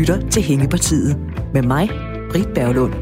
lytter til Hængepartiet med mig, Britt Berglund.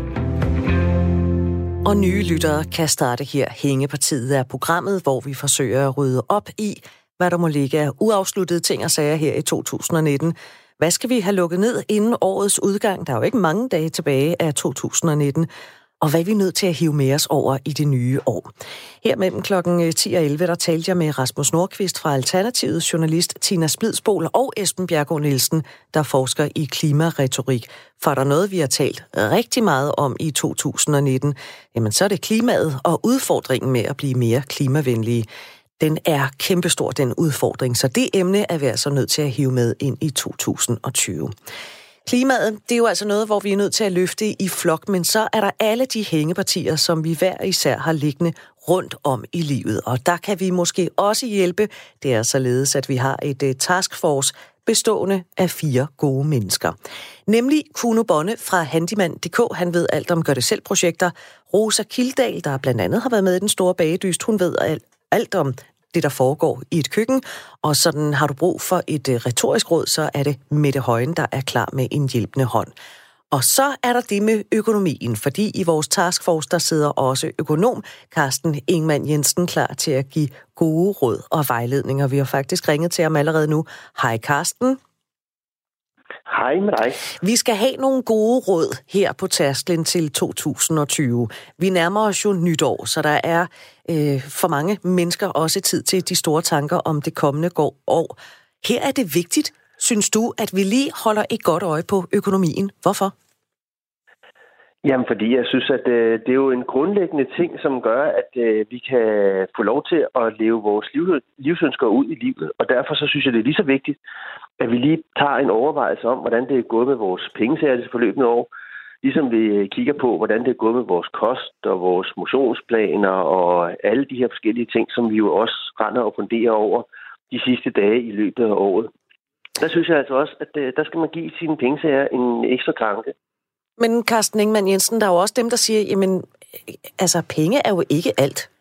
Og nye lyttere kan starte her. Hængepartiet er programmet, hvor vi forsøger at rydde op i, hvad der må ligge af uafsluttede ting og sager her i 2019. Hvad skal vi have lukket ned inden årets udgang? Der er jo ikke mange dage tilbage af 2019. Og hvad er vi nødt til at hive med os over i det nye år? Her mellem klokken 10 og 11, der talte jeg med Rasmus Nordqvist fra Alternativet, journalist Tina Splidsbol og Esben Bjergård Nielsen, der forsker i klimaretorik. For der er noget, vi har talt rigtig meget om i 2019, jamen så er det klimaet og udfordringen med at blive mere klimavenlige. Den er kæmpestor, den udfordring, så det emne er vi altså nødt til at hive med ind i 2020. Klimaet, det er jo altså noget, hvor vi er nødt til at løfte i flok, men så er der alle de hængepartier, som vi hver især har liggende rundt om i livet. Og der kan vi måske også hjælpe. Det er således, at vi har et taskforce bestående af 4 gode mennesker. Nemlig Kuno Bonne fra Handyman.dk, han ved alt om gør-det-selv-projekter. Rosa Kildahl, der blandt andet har været med i Den Store Bagedyst, hun ved alt om det, der foregår i et køkken. Og sådan har du brug for et retorisk råd, så er det Mette Højen, der er klar med en hjælpende hånd. Og så er der det med økonomien, fordi i vores taskforce, der sidder også økonom Carsten Ingemann Jensen klar til at give gode råd og vejledninger. Vi har faktisk ringet til ham allerede nu. Hej Carsten. Hej med dig. Vi skal have nogle gode råd her på tærsklen til 2020. Vi nærmer os jo nytår, så der er for mange mennesker også tid til de store tanker om det kommende år. Her er det vigtigt, synes du, at vi lige holder et godt øje på økonomien. Hvorfor? Jamen, fordi jeg synes, at det er jo en grundlæggende ting, som gør, at vi kan få lov til at leve vores livsønsker ud i livet. Og derfor så synes jeg, det er lige så vigtigt, at vi lige tager en overvejelse om, hvordan det er gået med vores pengesager det forløbende år. Ligesom vi kigger på, hvordan det er gået med vores kost og vores motionsplaner og alle de her forskellige ting, som vi jo også render og funderer over de sidste dage i løbet af året. Der synes jeg altså også, at der skal man give sine pengesager en ekstra tanke. Men Carsten Ingemann Jensen, der er jo også dem, der siger, jamen, altså penge er jo ikke alt.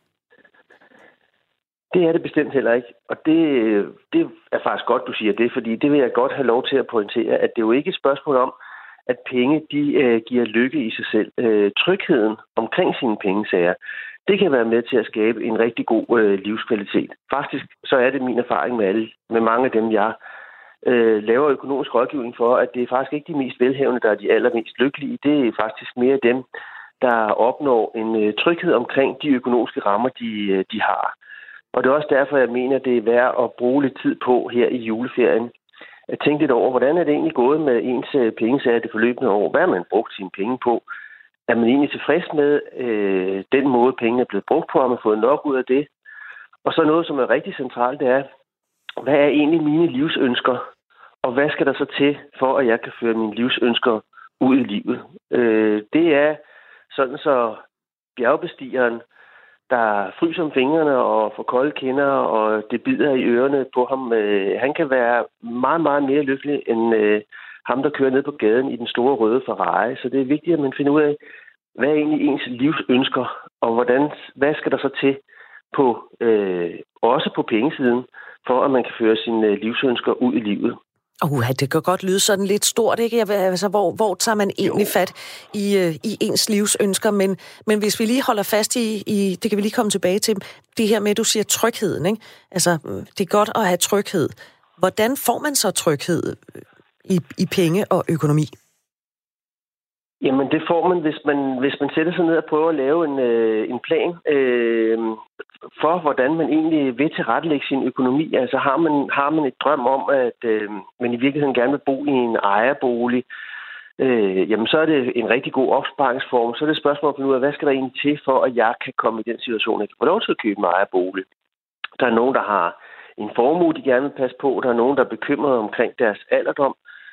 Det er det bestemt heller ikke. Og det er faktisk godt, du siger det, fordi det vil jeg godt have lov til at pointere, at det er jo ikke et spørgsmål om, at penge de giver lykke i sig selv. Trygheden omkring sine pengesager, det kan være med til at skabe en rigtig god livskvalitet. Faktisk så er det min erfaring med mange af dem, jeg laver økonomisk rådgivning for, at det er faktisk ikke de mest velhavende, der er de allermest lykkelige. Det er faktisk mere dem, der opnår en tryghed omkring de økonomiske rammer, de har. Og det er også derfor, jeg mener, det er værd at bruge lidt tid på her i juleferien. At tænke lidt over, hvordan er det egentlig gået med ens pengesager det forløbende år? Hvad har man brugt sine penge på? Er man egentlig tilfreds med den måde, pengene er blevet brugt på? Har man fået nok ud af det? Og så noget, som er rigtig centralt, det er, hvad er egentlig mine livsønsker? Og hvad skal der så til, for at jeg kan føre mine livsønsker ud i livet? Det er sådan så bjergbestigeren, der fryser om fingrene og får kolde kinder, og det bider i ørerne på ham. Han kan være meget, meget mere lykkelig end ham, der kører ned på gaden i den store røde Ferrari. Så det er vigtigt, at man finder ud af, hvad er egentlig ens livsønsker, og hvad skal der så til på også på pengesiden, for at man kan føre sine livsønsker ud i livet. Det kan godt lyde sådan lidt stort, ikke? Altså, hvor tager man egentlig fat i ens livsønsker? Men hvis vi lige holder fast i, det kan vi lige komme tilbage til, det her med, at du siger trygheden, ikke? Altså, det er godt at have tryghed. Hvordan får man så tryghed i penge og økonomi? Jamen, det får man, hvis man sætter sig ned og prøver at lave en plan for, hvordan man egentlig vil tilrettelægge sin økonomi. Altså har man et drøm om, at man i virkeligheden gerne vil bo i en ejerbolig, jamen så er det en rigtig god opsparingsform. Så er det et spørgsmål at finde ud af, hvad skal der egentlig til, for at jeg kan komme i den situation, at jeg kan få lov til at købe en ejerbolig. Der er nogen, der har en formue, de gerne vil passe på. Der er nogen, der er bekymrede omkring deres alderdom.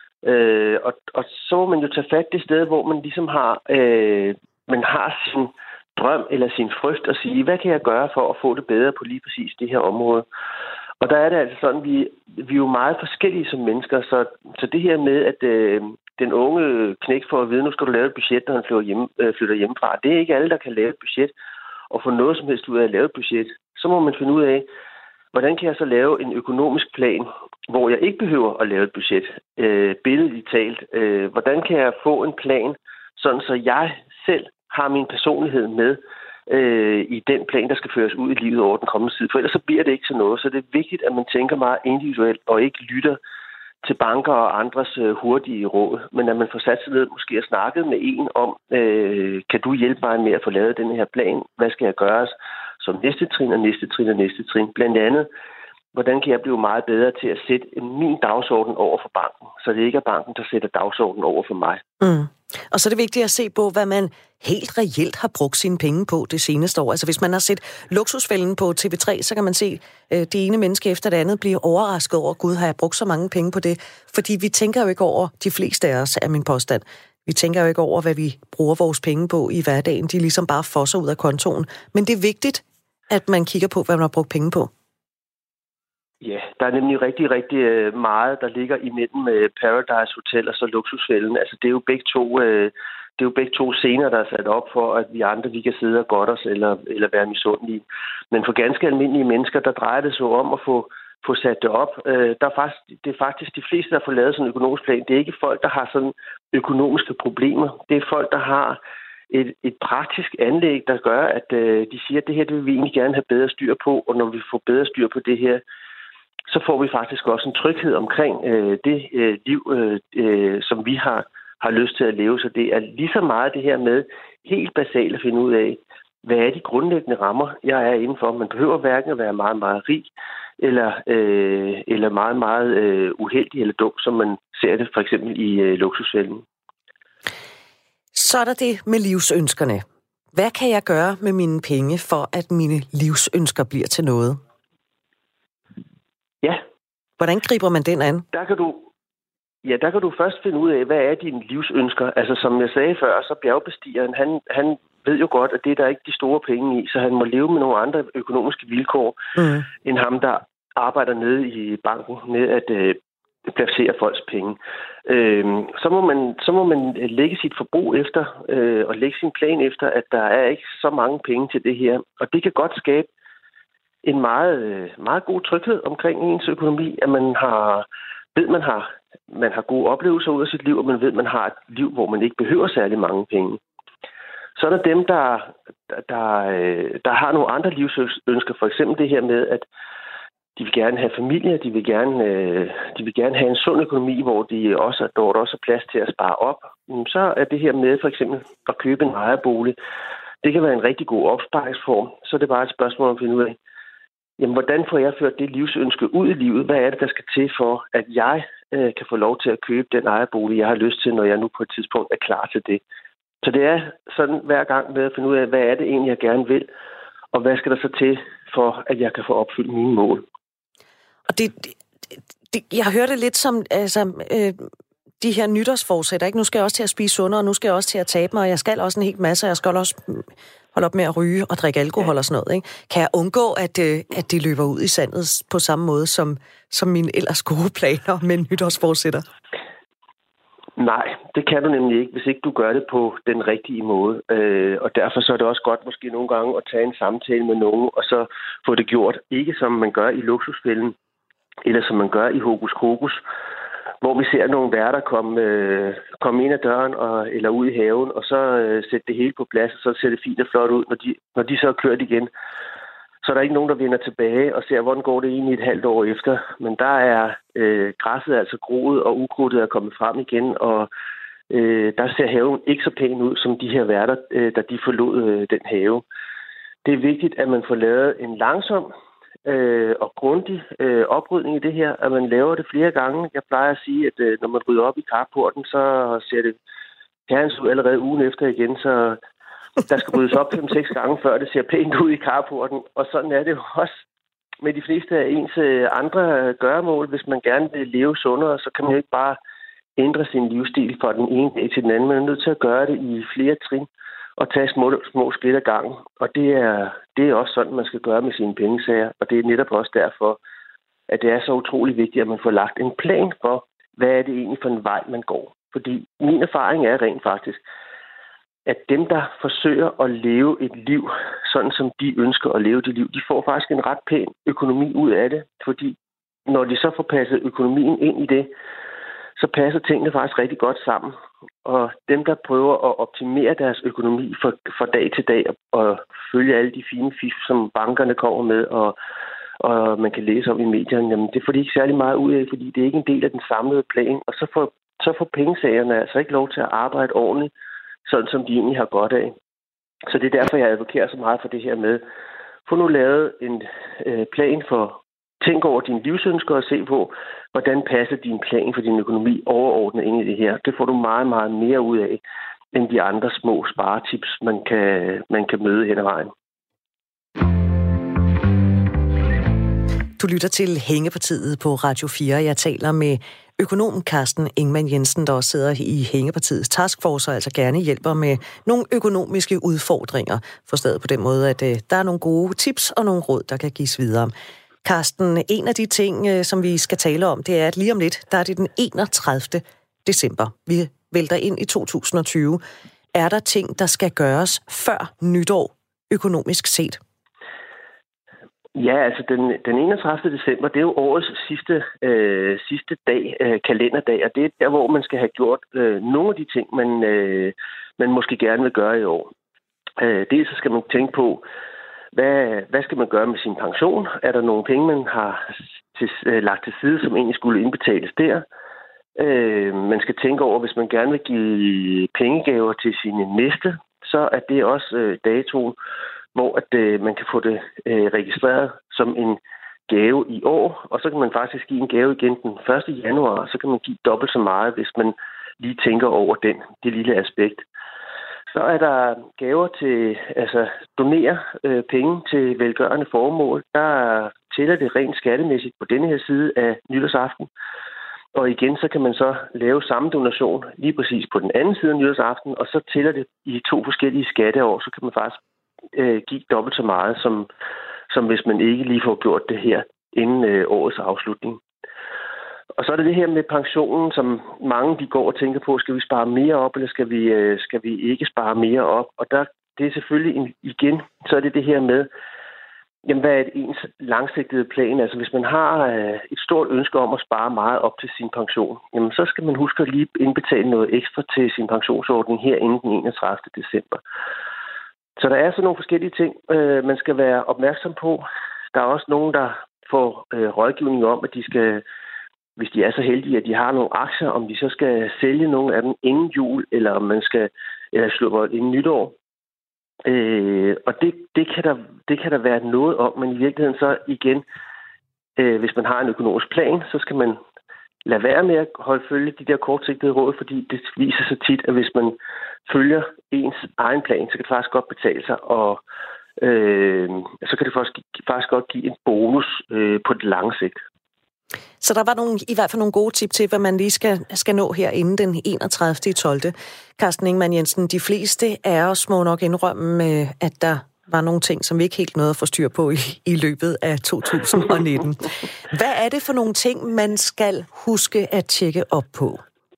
Og så må man jo tage fat det sted, hvor man ligesom man har sin drøm eller sin frygt og sige, hvad kan jeg gøre for at få det bedre på lige præcis det her område? Og der er det altså sådan, vi er jo meget forskellige som mennesker, så det her med, at den unge knæk får at vide, nu skal du lave et budget, når han flytter hjemmefra, det er ikke alle, der kan lave et budget og få noget som helst ud af at lave et budget. Så må man finde ud af, hvordan kan jeg så lave en økonomisk plan, hvor jeg ikke behøver at lave et budget. Billedligt talt. Hvordan kan jeg få en plan, sådan så jeg selv har min personlighed med i den plan, der skal føres ud i livet over den kommende tid. For ellers så bliver det ikke til noget. Så det er vigtigt, at man tænker meget individuelt og ikke lytter til banker og andres hurtige råd, men at man får sat sig ned måske og snakket med en om, kan du hjælpe mig med at få lavet den her plan? Hvad skal jeg gøre som næste trin og næste trin og næste trin? Blandt andet, hvordan kan jeg blive meget bedre til at sætte min dagsorden over for banken, så det ikke er banken, der sætter dagsordenen over for mig. Mm. Og så er det vigtigt at se på, hvad man helt reelt har brugt sine penge på det seneste år. Altså hvis man har set Luksusfælden på TV3, så kan man se det ene menneske efter det andet blive overrasket over, Gud, har jeg brugt så mange penge på det? Fordi vi tænker jo ikke over, de fleste af os, er min påstand, vi tænker jo ikke over, hvad vi bruger vores penge på i hverdagen. De ligesom bare fosser ud af kontoen. Men det er vigtigt, at man kigger på, hvad man har brugt penge på. Ja, der er nemlig rigtig, rigtig meget, der ligger imellem Paradise Hotel og så Luksusfælden. Altså det er jo begge to scener, der er sat op for, at vi andre vi kan sidde og godt os eller være misundelige. Men for ganske almindelige mennesker, der drejer det så om at få sat det op. Det er faktisk de fleste, der får lavet sådan en økonomisk plan. Det er ikke folk, der har sådan økonomiske problemer. Det er folk, der har et praktisk anlæg, der gør, at de siger, at det her det vil vi egentlig gerne have bedre styr på, og når vi får bedre styr på det her, så får vi faktisk også en tryghed omkring det liv, som vi har lyst til at leve. Så det er lige så meget det her med helt basalt at finde ud af, hvad er de grundlæggende rammer, jeg er indenfor. Man behøver hverken at være meget, meget rig, eller meget, meget uheldig eller dum, som man ser det for eksempel i Luksusfælden. Så er der det med livsønskerne. Hvad kan jeg gøre med mine penge, for at mine livsønsker bliver til noget? Ja. Hvordan griber man den an? Der kan du først finde ud af, hvad er dine livsønsker. Altså som jeg sagde før, så bjergbestigeren, han ved jo godt, at det er der ikke de store penge i, så han må leve med nogle andre økonomiske vilkår, end ham, der arbejder nede i banken med at placere folks penge. Så må man lægge sit forbrug efter, og lægge sin plan efter, at der er ikke så mange penge til det her. Og det kan godt skabe en meget, meget god tryghed omkring ens økonomi, at man har gode oplevelser ud af sit liv, og man ved, at man har et liv, hvor man ikke behøver særlig mange penge. Så er der dem, der har nogle andre livsønsker, for eksempel det her med, at de vil gerne have familie, de vil gerne have en sund økonomi, hvor der også er plads til at spare op. Så er det her med for eksempel at købe en ejerbolig, det kan være en rigtig god opsparingsform. Så er det bare et spørgsmål om at finde ud af, jamen, hvordan får jeg ført det livsønske ud i livet? Hvad er det, der skal til for, at jeg kan få lov til at købe den ejerbolig, jeg har lyst til, når jeg nu på et tidspunkt er klar til det? Så det er sådan hver gang med at finde ud af, hvad er det egentlig, jeg gerne vil, og hvad skal der så til for, at jeg kan få opfyldt mine mål? Og jeg hører det lidt som de her nytårsforsætter, ikke? Nu skal jeg også til at spise sundere, og nu skal jeg også til at tabe mig, og jeg skal også en hel masse, og jeg skal også holde op med at ryge og drikke alkohol og sådan noget, ikke? Kan jeg undgå, at det løber ud i sandet på samme måde som mine ellers gode planer med nytårsforsætter? Nej, det kan du nemlig ikke, hvis ikke du gør det på den rigtige måde. Og derfor så er det også godt måske nogle gange at tage en samtale med nogen, og så få det gjort. Ikke som man gør i Luksusfælden, eller som man gør i Hokus Krokus, hvor vi ser nogle værter komme ind ad døren eller ud i haven, og så sætte det hele på plads, og så ser det fint og flot ud. Når de så er kørt igen, så er der ikke nogen, der vender tilbage og ser, hvordan går det egentlig et halvt år efter. Men der er græsset altså groet, og ukrudtet er kommet frem igen, og der ser haven ikke så pæn ud, som de her værter, da de forlod den have. Det er vigtigt, at man får lavet en langsom og grundig oprydning i det her, at man laver det flere gange. Jeg plejer at sige, at når man rydder op i carporten, så ser det herrens ud allerede ugen efter igen, så der skal ryddes op 5-6 gange, før det ser pænt ud i carporten. Og sådan er det jo også med de fleste af ens andre gøremål. Hvis man gerne vil leve sundere, så kan man jo ikke bare ændre sin livsstil fra den ene dag til den anden. Man er nødt til at gøre det i flere trin og tage små skridt ad gangen. Og det er også sådan, man skal gøre med sine pengesager. Og det er netop også derfor, at det er så utrolig vigtigt, at man får lagt en plan for, hvad er det egentlig for en vej, man går. Fordi min erfaring er rent faktisk, at dem, der forsøger at leve et liv, sådan som de ønsker at leve det liv, de får faktisk en ret pæn økonomi ud af det, fordi når de så får passet økonomien ind i det, så passer tingene faktisk rigtig godt sammen. Og dem, der prøver at optimere deres økonomi fra dag til dag og følge alle de fine fif, som bankerne kommer med, og man kan læse om i medierne, jamen det får de ikke særlig meget ud af, fordi det er ikke en del af den samlede plan. Og så får pengesagerne altså ikke lov til at arbejde ordentligt, sådan som de egentlig har godt af. Så det er derfor, jeg advokerer så meget for det her med, få nu lavet en plan for, tænk over dine livsønsker og se på, hvordan passer din plan for din økonomi overordnet ind i det her. Det får du meget, meget mere ud af, end de andre små sparetips, man kan møde hen ad vejen. Du lytter til Hængepartiet på Radio 4. Jeg taler med økonom Carsten Ingman Jensen, der også sidder i Hængepartiets taskforce, og altså gerne hjælper med nogle økonomiske udfordringer. Forstået på den måde, at der er nogle gode tips og nogle råd, der kan gives videre. Carsten, en af de ting, som vi skal tale om, det er, at lige om lidt, der er det den 31. december. Vi vælter ind i 2020. Er der ting, der skal gøres før nytår, økonomisk set? Ja, altså den 31. december, det er jo årets sidste dag, kalenderdag, og det er der, hvor man skal have gjort nogle af de ting, man måske gerne vil gøre i år. Dels så skal man tænke på, hvad skal man gøre med sin pension? Er der nogle penge, man har lagt til side, som egentlig skulle indbetales der? Man skal tænke over, hvis man gerne vil give pengegaver til sine næste, så er det også datoen, hvor at man kan få det registreret som en gave i år, og så kan man faktisk give en gave igen den 1. januar, og så kan man give dobbelt så meget, hvis man lige tænker over det lille aspekt. Så er der gaver til, altså donere penge til velgørende formål. Der tæller det rent skattemæssigt på denne her side af nytårsaften. Og igen, så kan man så lave samme donation lige præcis på den anden side af nytårsaften, og så tæller det i 2 forskellige skatteår, så kan man faktisk give dobbelt så meget, som hvis man ikke lige får gjort det her inden årets afslutning. Og så er det her med pensionen, som mange de går og tænker på, skal vi spare mere op, eller skal vi ikke spare mere op? Og det er selvfølgelig igen, så er det her med, jamen, hvad er ens langsigtede plan? Altså hvis man har et stort ønske om at spare meget op til sin pension, jamen så skal man huske at lige indbetale noget ekstra til sin pensionsordning her inden den 31. december. Så der er så nogle forskellige ting, man skal være opmærksom på. Der er også nogen, der får rådgivning om, at de skal, hvis de er så heldige, at de har nogle aktier, om de så skal sælge nogle af dem inden jul, eller om man skal slukke inden nytår. Og det kan der være noget om, men i virkeligheden så igen, hvis man har en økonomisk plan, så skal man lade være med at holde følge de der kortsigtede råd, fordi det viser sig tit, at hvis man følger ens egen plan, så kan det faktisk godt betale sig, og så kan det faktisk godt give en bonus på det lange sigt. Så der var i hvert fald nogle gode tip til, hvad man lige skal nå her inden den 31. 12. Carsten Ingman Jensen, de fleste af os må nok indrømme, at der var nogle ting, som vi ikke helt nåede at få styr på i løbet af 2019. Hvad er det for nogle ting, man skal huske at tjekke op på?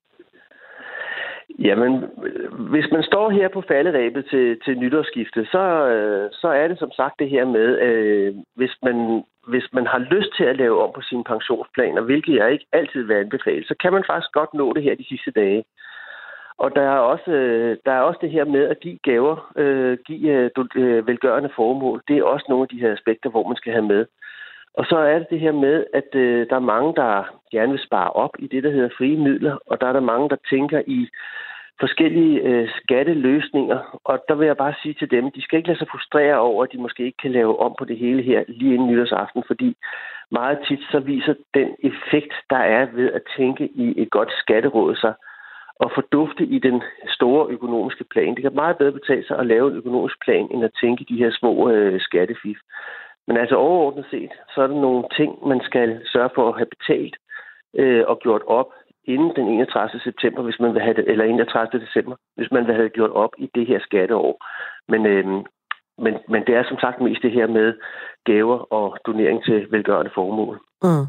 Jamen, hvis man står her på falderebet til nytårsskiftet, så er det som sagt det her med, hvis man har lyst til at lave om på sine pensionsplaner, hvilket jeg ikke altid vil anbefale, så kan man faktisk godt nå det her de sidste dage. Og der er også det her med at give gaver, give velgørende formål. Det er også nogle af de her aspekter, hvor man skal have med. Og så er det her med, at der er mange, der gerne vil spare op i det, der hedder frie midler, og der er der mange, der tænker i forskellige skatteløsninger. Og der vil jeg bare sige til dem, de skal ikke lade sig frustrere over, at de måske ikke kan lave om på det hele her lige inden nytårsaften, fordi meget tit så viser den effekt, der er ved at tænke i et godt skatteråd sig, og fordufte i den store økonomiske plan. Det kan meget bedre betale sig at lave en økonomisk plan, end at tænke de her små skattefif. Men altså overordnet set, så er der nogle ting, man skal sørge for at have betalt og gjort op inden den 31. september, hvis man vil have det, eller 31. december, hvis man vil have gjort op i det her skatteår. Men det er som sagt mest det her med gaver og donering til velgørende formål. Mm.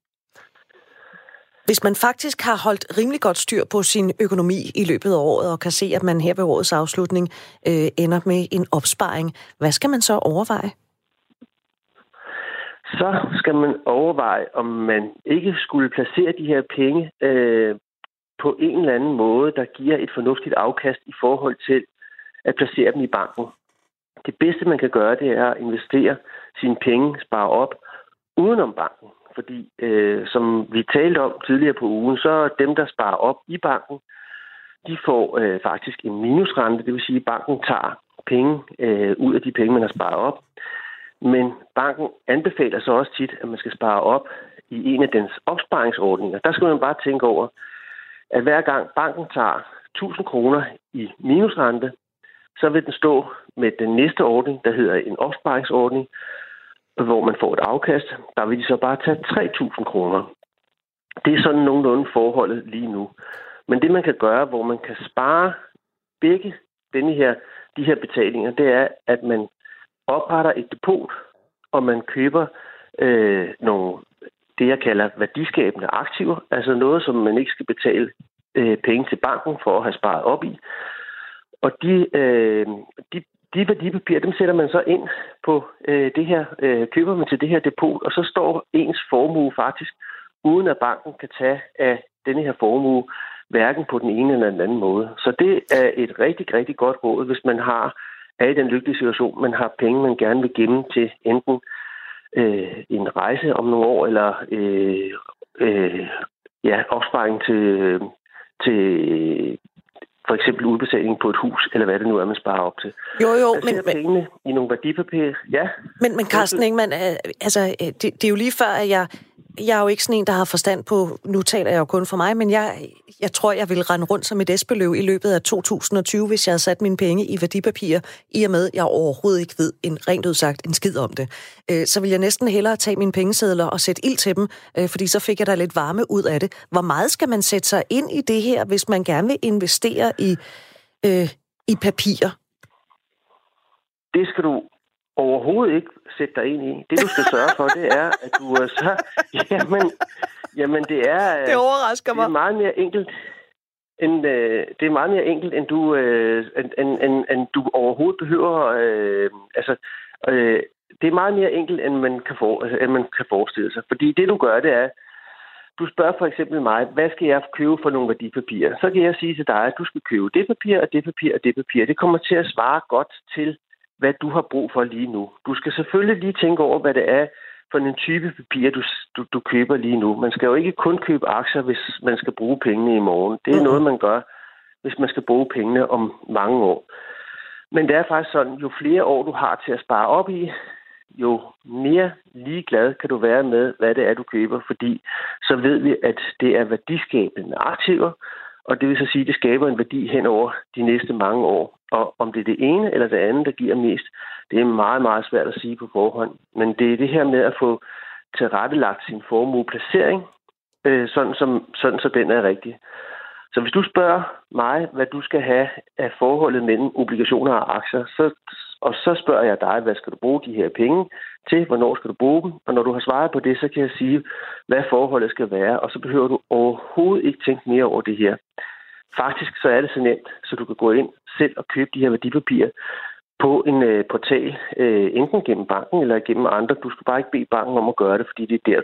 Hvis man faktisk har holdt rimelig godt styr på sin økonomi i løbet af året, og kan se, at man her ved årets afslutning ender med en opsparing, hvad skal man så overveje? så skal man overveje, om man ikke skulle placere de her penge på en eller anden måde, der giver et fornuftigt afkast i forhold til at placere dem i banken. Det bedste, man kan gøre, det er at investere sine penge, spare op udenom banken. Fordi, som vi talte om tidligere på ugen, så dem, der sparer op i banken, de får faktisk en minusrente. Det vil sige, at banken tager penge ud af de penge, man har sparet op. Men banken anbefaler så også tit, at man skal spare op i en af dens opsparingsordninger. Der skal man bare tænke over, at hver gang banken tager 1.000 kroner i minusrente, så vil den stå med den næste ordning, der hedder en opsparingsordning, hvor man får et afkast. Der vil de så bare tage 3.000 kroner. Det er sådan nogenlunde forholdet lige nu. Men det, man kan gøre, hvor man kan spare begge de her betalinger, det er, at man opretter et depot, og man køber nogle, det jeg kalder værdiskabende aktiver, altså noget, som man ikke skal betale penge til banken for at have sparet op i. Og de værdipapirer, dem sætter man så ind på det her, køber man til det her depot, og så står ens formue faktisk, uden at banken kan tage af denne her formue, hverken på den ene eller den anden måde. Så det er et rigtig, rigtig godt råd, hvis man er i den lykkelige situation, man har penge, man gerne vil gemme til enten en rejse om nogle år, eller opsparing til for eksempel udbetaling på et hus, eller hvad det nu er, man sparer op til. Jo, men pengene i nogle værdipapirer, ja. Men Carsten Engman, det er jo lige før, at jeg er jo ikke sådan en, der har forstand på, nu taler jeg jo kun for mig, men jeg tror, jeg ville rende rundt som et esbeløv i løbet af 2020, hvis jeg havde sat mine penge i værdipapirer, i og med, at jeg overhovedet ikke ved rent udsagt en skid om det. Så vil jeg næsten hellere tage mine pengesedler og sætte ild til dem, fordi så fik jeg da lidt varme ud af det. Hvor meget skal man sætte sig ind i det her, hvis man gerne vil investere i papirer? Det skal du overhovedet ikke sætte dig ind i. Det, du skal sørge for, det er, at du så... Jamen, det er... Det overrasker mig. Det er meget mere enkelt, end du overhovedet behøver... det er meget mere enkelt, end man kan forestille sig. Fordi det, du gør, det er... Du spørger for eksempel mig, hvad skal jeg købe for nogle værdipapirer? Så kan jeg sige til dig, at du skal købe det papir, og det papir, og det papir. Det kommer til at svare godt til, hvad du har brug for lige nu. Du skal selvfølgelig lige tænke over, hvad det er for en type papir, du køber lige nu. Man skal jo ikke kun købe aktier, hvis man skal bruge pengene i morgen. Det er noget, man gør, hvis man skal bruge pengene om mange år. Men det er faktisk sådan, jo flere år du har til at spare op i, jo mere ligeglad kan du være med, hvad det er, du køber. Fordi så ved vi, at det er værdiskabende aktiver, og det vil så sige, at det skaber en værdi hen over de næste mange år. Og om det er det ene eller det andet, der giver mest, det er meget, meget svært at sige på forhånd. Men det er det her med at få tilrettelagt sin formueplacering, sådan så den er rigtig. Så hvis du spørger mig, hvad du skal have af forholdet mellem obligationer og aktier, så spørger jeg dig, hvad skal du bruge de her penge til, hvornår skal du bruge dem, og når du har svaret på det, så kan jeg sige, hvad forholdet skal være, og så behøver du overhovedet ikke tænke mere over det her. Faktisk så er det så nemt, så du kan gå ind selv og købe de her værdipapirer på en portal, enten gennem banken eller gennem andre. Du skal bare ikke bede banken om at gøre det, fordi det er der,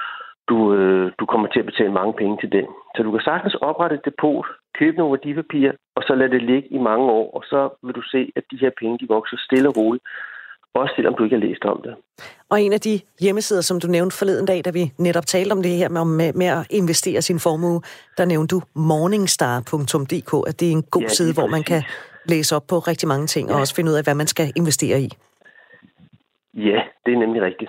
du kommer til at betale mange penge til den. Så du kan sagtens oprette et depot, købe nogle værdipapirer, og så lade det ligge i mange år, og så vil du se, at de her penge, de vokser stille og roligt, også selvom du ikke har læst om det. Og en af de hjemmesider, som du nævnte forleden dag, da vi netop talte om det her med at investere sin formue, der nævnte du morningstar.dk, at det er en god side, hvor man kan læse op på rigtig mange ting, og også finde ud af, hvad man skal investere i. Ja, det er nemlig rigtigt.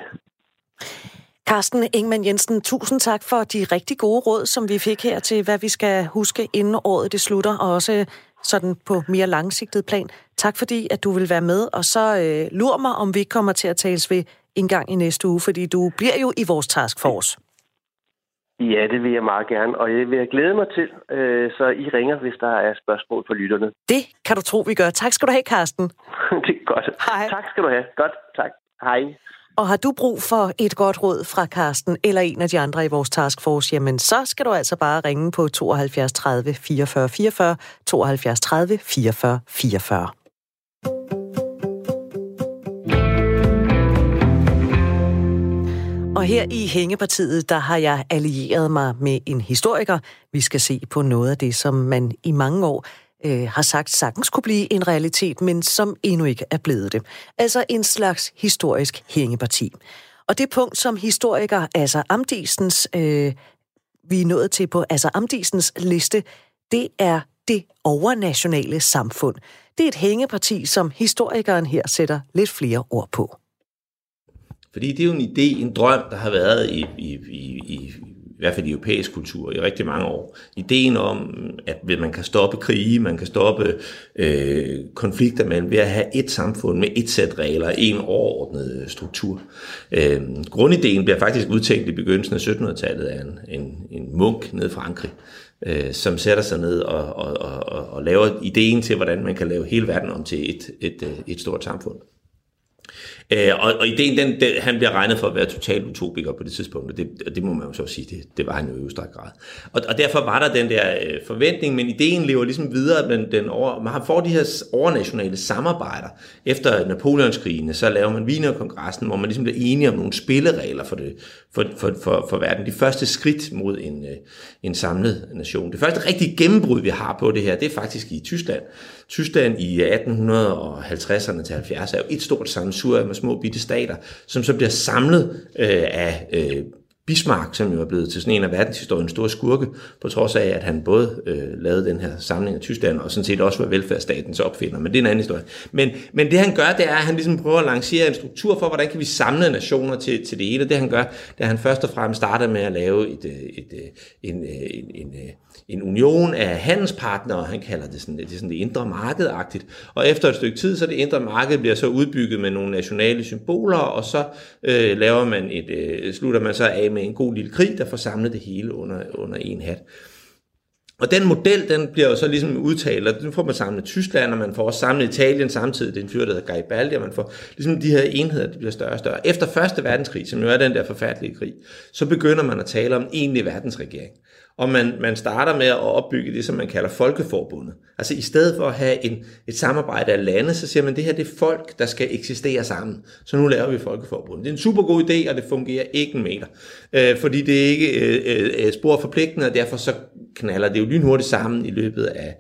Carsten Engman Jensen, tusind tak for de rigtig gode råd, som vi fik her til, hvad vi skal huske inden året det slutter, og også sådan på mere langsigtet plan. Tak fordi, at du vil være med, og så lur mig, om vi ikke kommer til at tales ved en gang i næste uge, fordi du bliver jo i vores taskforce. Ja, det vil jeg meget gerne, og jeg vil glæde mig til, så I ringer, hvis der er spørgsmål for lytterne. Det kan du tro, vi gør. Tak skal du have, Carsten. Det er godt. Hej. Tak skal du have. Godt, tak. Hej. Og har du brug for et godt råd fra Carsten eller en af de andre i vores taskforce, jamen så skal du altså bare ringe på 72 30 44 44, 72 30 44 44. Og her i Hængepartiet, der har jeg allieret mig med en historiker. Vi skal se på noget af det, som man i mange år har sagt sagtens kunne blive en realitet, men som endnu ikke er blevet det. Altså en slags historisk hængeparti. Og det punkt, som historiker Asser Amdisens, vi er nået til på Asser Amdisens liste, det er det overnationale samfund. Det er et hængeparti, som historikeren her sætter lidt flere ord på. Fordi det er jo en idé, en drøm, der har været i hvert fald i europæisk kultur i rigtig mange år. Ideen om, at man kan stoppe krige, man kan stoppe konflikter mellem ved at have et samfund med et sæt regler, en overordnet struktur. Grundideen bliver faktisk udtænkt i begyndelsen af 1700-tallet af en munk nede i Frankrig, som sætter sig ned og laver ideen til, hvordan man kan lave hele verden om til et stort samfund. Og ideen, han bliver regnet for at være totalt utopiker på det tidspunkt, og det må man jo så sige, det var han jo i udstrakt grad. Og derfor var der den der forventning, men ideen lever ligesom videre, man får de her overnationale samarbejder. Efter Napoleonskrigene, så laver man Wienerkongressen, hvor man ligesom bliver enige om nogle spilleregler for verden. De første skridt mod en samlet nation. Det første rigtige gennembrud, vi har på det her, det er faktisk i Tyskland. Tyskland i 1850'erne til 70'erne er jo et stort sammensurium af små bitte stater, som så bliver samlet af Bismarck, som jo er blevet til sådan en af verdenshistoriens store skurke, på trods af, at han både lavede den her samling af Tyskland, og sådan set også var velfærdsstatens opfinder, men det er en anden historie. Men det han gør, det er, at han ligesom prøver at lancere en struktur for, hvordan kan vi samle nationer til det hele. Det han gør, det er, at han først og fremmest starter med at lave en union af handelspartnere, han kalder det sådan, det er sådan det indre marked-agtigt, og efter et stykke tid, så det indre marked bliver så udbygget med nogle nationale symboler, og så slutter man så af med en god lille krig, der får samlet det hele under en hat. Og den model, den bliver jo så ligesom udtalt, og den får man samlet Tyskland, og man får også samlet Italien samtidig, det er en fyr, der hedder Garibaldi, og man får ligesom de her enheder, de bliver større og større. Efter første verdenskrig, som jo er den der forfærdelige krig, så begynder man at tale om en egentlig verdensregering. Og man starter med at opbygge det, som man kalder folkeforbundet. Altså i stedet for at have et samarbejde af lande, så siger man, at det her det er folk, der skal eksistere sammen. Så nu laver vi folkeforbundet. Det er en super god idé, og det fungerer ikke en meter. Fordi det er ikke spor forpligtende, og derfor så knaller det jo lynhurtigt sammen i løbet af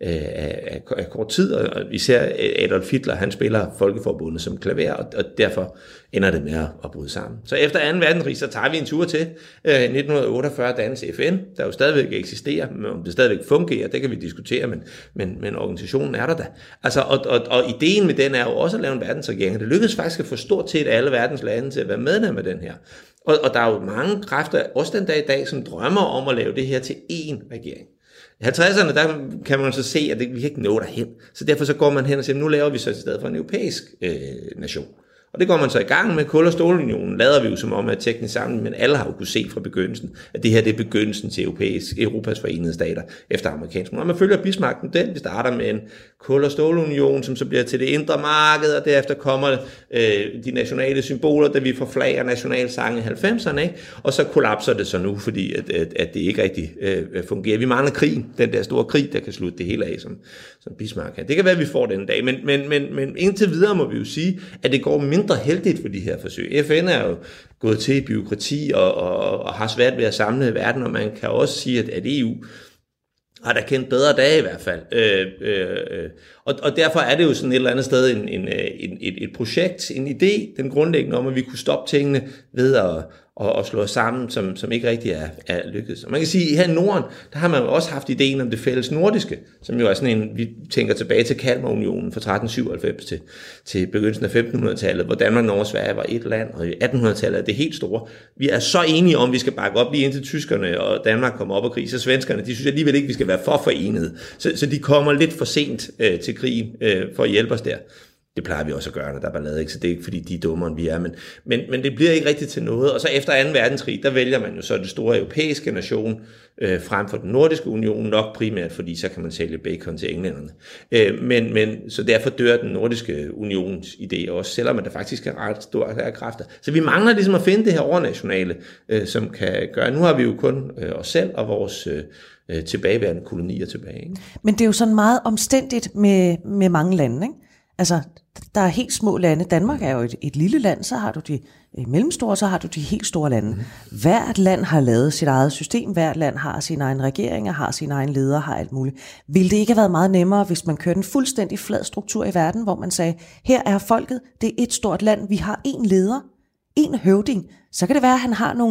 kort tid, og især Adolf Hitler, han spiller Folkeforbundet som klaver, og derfor ender det med at bryde sammen. Så efter 2. verdenskrig, så tager vi en tur til 1948 dannes FN, der jo stadigvæk eksisterer, men om det stadigvæk fungerer, det kan vi diskutere, men organisationen er der da. Altså, og ideen med den er jo også at lave en verdensregering, det lykkedes faktisk at få stort set alle verdens lande til at være medlem af den her. Og der er jo mange kræfter, også den dag i dag, som drømmer om at lave det her til én regering. I 50'erne, der kan man så se, at vi kan ikke nå derhen. Så derfor så går man hen og siger, nu laver vi så i stedet for en europæisk nation. Og det går man så i gang med. Kul- og stålunionen lader vi jo som om at teknisk sammen, men alle har jo kunne se fra begyndelsen, at det her det er begyndelsen til Europas forenede stater efter amerikansk. Og man følger Bismarck-modellen. Vi starter med en kul- og stålunion, som så bliver til det indre marked, og derefter kommer de nationale symboler, da vi får flag og nationalsange i 90'erne, ikke? Og så kollapser det så nu, fordi at det ikke rigtig fungerer. Vi mangler krigen, den der store krig, der kan slutte det hele af, som Bismarck har. Det kan være, at vi får den dag, men indtil videre må vi jo sige, at det går mindre heldigt for de her forsøg. FN er jo gået til i bureaukrati og har svært ved at samle verden, og man kan også sige, at EU har da kendt bedre dage i hvert fald. Og derfor er det jo sådan et eller andet sted et projekt, en idé, den grundlæggende om, at vi kunne stoppe tingene ved at slå os sammen, som ikke rigtig er lykkedes. Og man kan sige, at her i Norden, der har man jo også haft ideen om det fælles nordiske, som jo er sådan en, vi tænker tilbage til Kalmarunionen fra 1397 til begyndelsen af 1500-tallet, hvor Danmark, Norge og Sverige var et land, og i 1800-tallet er det helt store. Vi er så enige om, at vi skal bakke op lige indtil tyskerne og Danmark kommer op og krig, så svenskerne, de synes alligevel ikke, at vi skal være for forenede. Så de kommer lidt for sent til krigen for at hjælpe os der. Det plejer vi også at gøre, når der er ballade, ikke? Så det er ikke, fordi de er dummere, end vi er, men det bliver ikke rigtigt til noget. Og så efter 2. verdenskrig, der vælger man jo så den store europæiske nation frem for den nordiske union, nok primært, fordi så kan man sælge bacon til englænderne. Men så derfor dør den nordiske unions idé også, selvom der faktisk er ret store kræfter. Så vi mangler ligesom at finde det her overnationale, som kan gøre. Nu har vi jo kun os selv og vores tilbageværende kolonier tilbage, ikke? Men det er jo sådan meget omstændigt med mange lande, ikke? Altså, der er helt små lande. Danmark er jo et lille land, så har du de mellemstore, så har du de helt store lande. Hvert land har lavet sit eget system, hvert land har sin egen regering, har sin egen leder, har alt muligt. Ville det ikke have været meget nemmere, hvis man kørte en fuldstændig flad struktur i verden, hvor man sagde, her er folket, det er et stort land, vi har én leder, én høvding. Så kan det være, at han har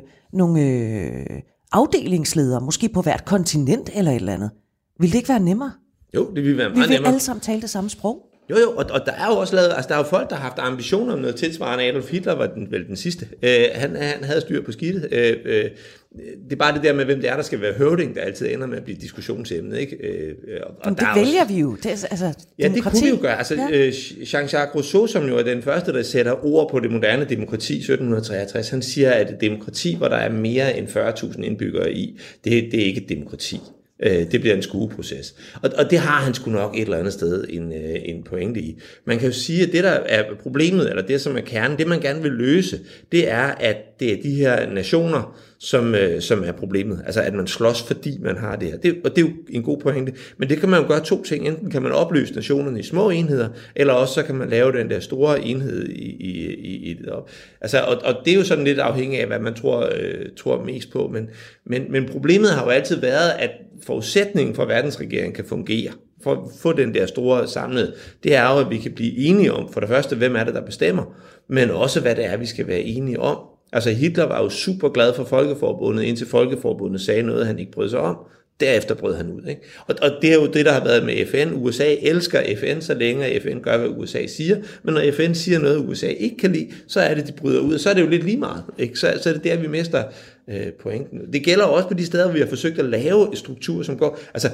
nogle afdelingsledere, måske på hvert kontinent eller et eller andet. Ville det ikke være nemmere? Jo, det ville være meget nemmere. Vi vil alle sammen tale det samme sprog. Jo, og der er jo også lavet, altså der er jo folk, der har haft ambitioner om noget tilsvarende. Adolf Hitler var vel den sidste. Han havde styr på skidtet. Det er bare det der med, hvem det er, der skal være høvding, der altid ender med at blive diskussionsemnet, ikke? Men det vælger også, vi jo. Det er, altså, ja, det kunne vi jo gøre. Altså, Jean-Jacques Rousseau, som jo er den første, der sætter ord på det moderne demokrati, 1763, han siger, at et demokrati, hvor der er mere end 40.000 indbyggere i, det er ikke et demokrati. Det bliver en skueproces. Og det har han sgu nok et eller andet sted en pointe i. Man kan jo sige, at det der er problemet, eller det som er kernen, det man gerne vil løse, det er, at det er de her nationer, som er problemet. Altså at man slås, fordi man har det her. Og det er jo en god pointe. Men det kan man jo gøre to ting. Enten kan man opløse nationerne i små enheder, eller også så kan man lave den der store enhed i det op. Altså, og det er jo sådan lidt afhængigt af, hvad man tror mest på. Men problemet har jo altid været, at forudsætningen for, at verdensregeringen kan fungere, for at få den der store samlede, det er jo, at vi kan blive enige om, for det første, hvem er det, der bestemmer, men også, hvad det er, vi skal være enige om. Altså Hitler var jo super glad for Folkeforbundet, indtil Folkeforbundet sagde noget, han ikke brød sig om. Derefter brød han ud. Ikke? Og det er jo det, der har været med FN. USA elsker FN, så længe FN gør, hvad USA siger. Men når FN siger noget, USA ikke kan lide, så er det, de bryder ud. Og så er det jo lidt lige meget. Ikke? Så er det der, vi mister pointen. Det gælder også på de steder, hvor vi har forsøgt at lave en struktur, som går... Altså,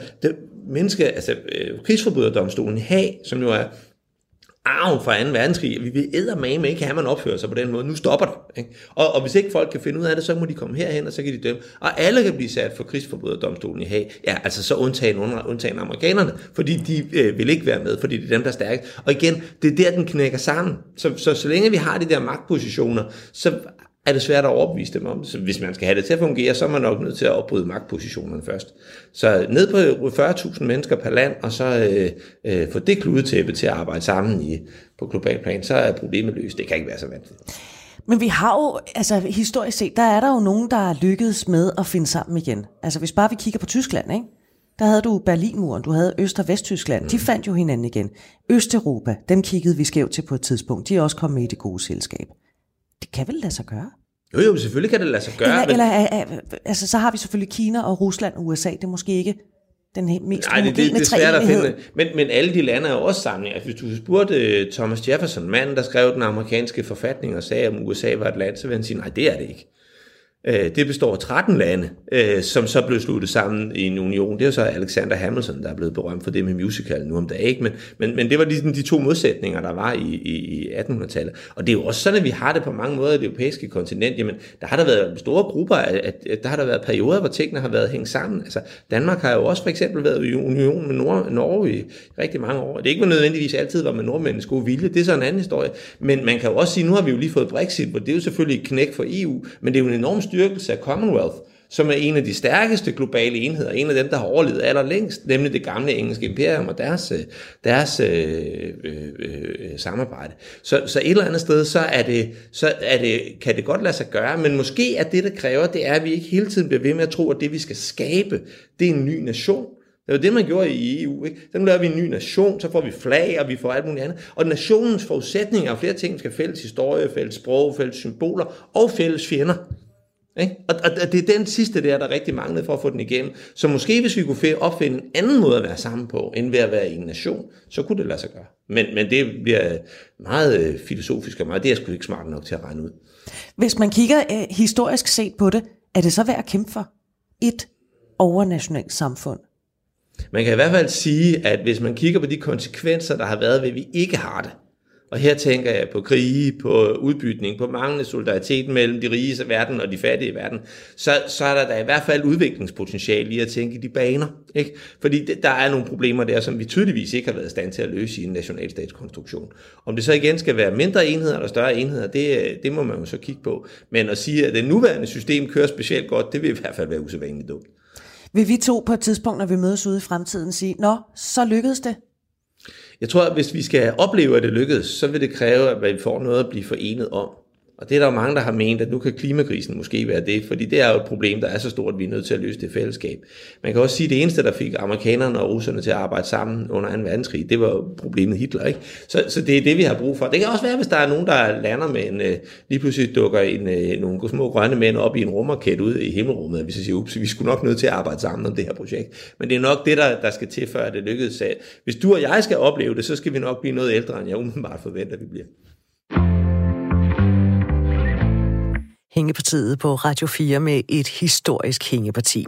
krigsforbryderdomstolen i Haag, som jo er arven fra 2. verdenskrig, vi vil eddermame ikke have, man opfører sig på den måde. Nu stopper det. Ikke? Og hvis ikke folk kan finde ud af det, så må de komme herhen, og så kan de dømme. Og alle kan blive sat for krigsforbryderdomstolen i Haag. Ja, altså så undtagen amerikanerne, fordi de vil ikke være med, fordi det er dem, der er stærke. Og igen, det er der, den knækker sammen. Så længe vi har de der magtpositioner, så er det svært at overbevise dem om. Så hvis man skal have det til at fungere, så er man nok nødt til at opbryde magtpositionerne først. Så ned på 40.000 mennesker per land, og så få det kludetæppe til at arbejde sammen på global plan, så er problemet løst. Det kan ikke være så vanskeligt. Men vi har jo, altså historisk set, der er der jo nogen, der er lykkedes med at finde sammen igen. Altså hvis bare vi kigger på Tyskland, ikke? Der havde du Berlinmuren, du havde Øst- og Vesttyskland. De fandt jo hinanden igen. Østeuropa, dem kiggede vi skævt til på et tidspunkt. De er også kommet med i det gode selskab. Det kan vel lade sig gøre? Jo, selvfølgelig kan det lade sig gøre. Altså, så har vi selvfølgelig Kina og Rusland og USA. Det er måske ikke den mest homogene det er svært at finde. Men alle de lande er jo også samlet. Altså, hvis du spurgte Thomas Jefferson, manden, der skrev den amerikanske forfatning og sagde, om USA var et land, så ville han sige, nej, det er det ikke. Det består af 13 lande, som så blev sluttet sammen i en union. Det er jo så Alexander Hamilton, der er blevet berømt for det med musical nu om dagen, ikke? Men det var ligesom de to modsætninger, der var i 1800-tallet. Og det er jo også sådan, at vi har det på mange måder i det europæiske kontinent. Jamen, der har der været store grupper, der har der været perioder, hvor tingene har været hængt sammen. Altså, Danmark har jo også for eksempel været i union med Norge i rigtig mange år. Det er ikke nødvendigvis altid var med nordmændenes gode vilje, det er så en anden historie. Men man kan jo også sige, nu har vi jo lige fået Brexit, hvor det er jo selvfølgelig et knæk for EU, men det er jo en enorm styrkelse af Commonwealth, som er en af de stærkeste globale enheder, en af dem, der har overlevet allerlængst, nemlig det gamle engelske imperium og deres samarbejde. Så et eller andet sted, kan det godt lade sig gøre, men måske er det, der kræver, det er, at vi ikke hele tiden bliver ved med at tro, at det, vi skal skabe, det er en ny nation. Det var det, man gjorde i EU. Ikke? Så nu laver vi en ny nation, så får vi flag, og vi får alt muligt andet. Og nationens forudsætninger og flere ting skal fælles historie, fælles sprog, fælles symboler og fælles fjender. Ikke? Og det er den sidste der er rigtig manglet for at få den igennem. Så måske hvis vi kunne opfinde en anden måde at være sammen på, end ved at være i en nation, så kunne det lade sig gøre. Men det bliver meget filosofisk og meget. Det er sgu ikke smart nok til at regne ud. Hvis man kigger historisk set på det, er det så værd at kæmpe for et overnationalt samfund? Man kan i hvert fald sige, at hvis man kigger på de konsekvenser, der har været ved, at vi ikke har det, og her tænker jeg på krige, på udbytning, på manglende solidaritet mellem de rige i verden og de fattige i verden, så er der i hvert fald udviklingspotentiale i at tænke i de baner. Ikke? Fordi der er nogle problemer der, som vi tydeligvis ikke har været i stand til at løse i en nationalstatskonstruktion. Om det så igen skal være mindre enheder eller større enheder, det må man jo så kigge på. Men at sige, at det nuværende system kører specielt godt, det vil i hvert fald være usædvanligt dumt. Vil vi to på et tidspunkt, når vi mødes ude i fremtiden, sige, nå, så lykkedes det? Jeg tror, at hvis vi skal opleve, at det lykkedes, så vil det kræve, at vi får noget at blive forenet om. Og det er der jo mange, der har ment, at nu kan klimakrisen måske være det, fordi det er jo et problem, der er så stort, at vi er nødt til at løse det i fællesskab. Man kan også sige, at det eneste, der fik amerikanerne og russerne til at arbejde sammen under 2. verdenskrig, det var problemet Hitler, ikke? Så det er det, vi har brug for. Det kan også være, hvis der er nogen, der lander med lige pludselig dukker nogle små grønne mænd op i en rumraket ude i himmelrummet, og vi så siger, ups, vi skulle nok nødt til at arbejde sammen om det her projekt. Men det er nok det, der skal til, før det lykkedes. Hvis du og jeg skal opleve det, så skal vi nok blive noget ældre, end jeg umiddelbart forventer, at vi bliver. Hængepartiet på Radio 4 med et historisk hængeparti.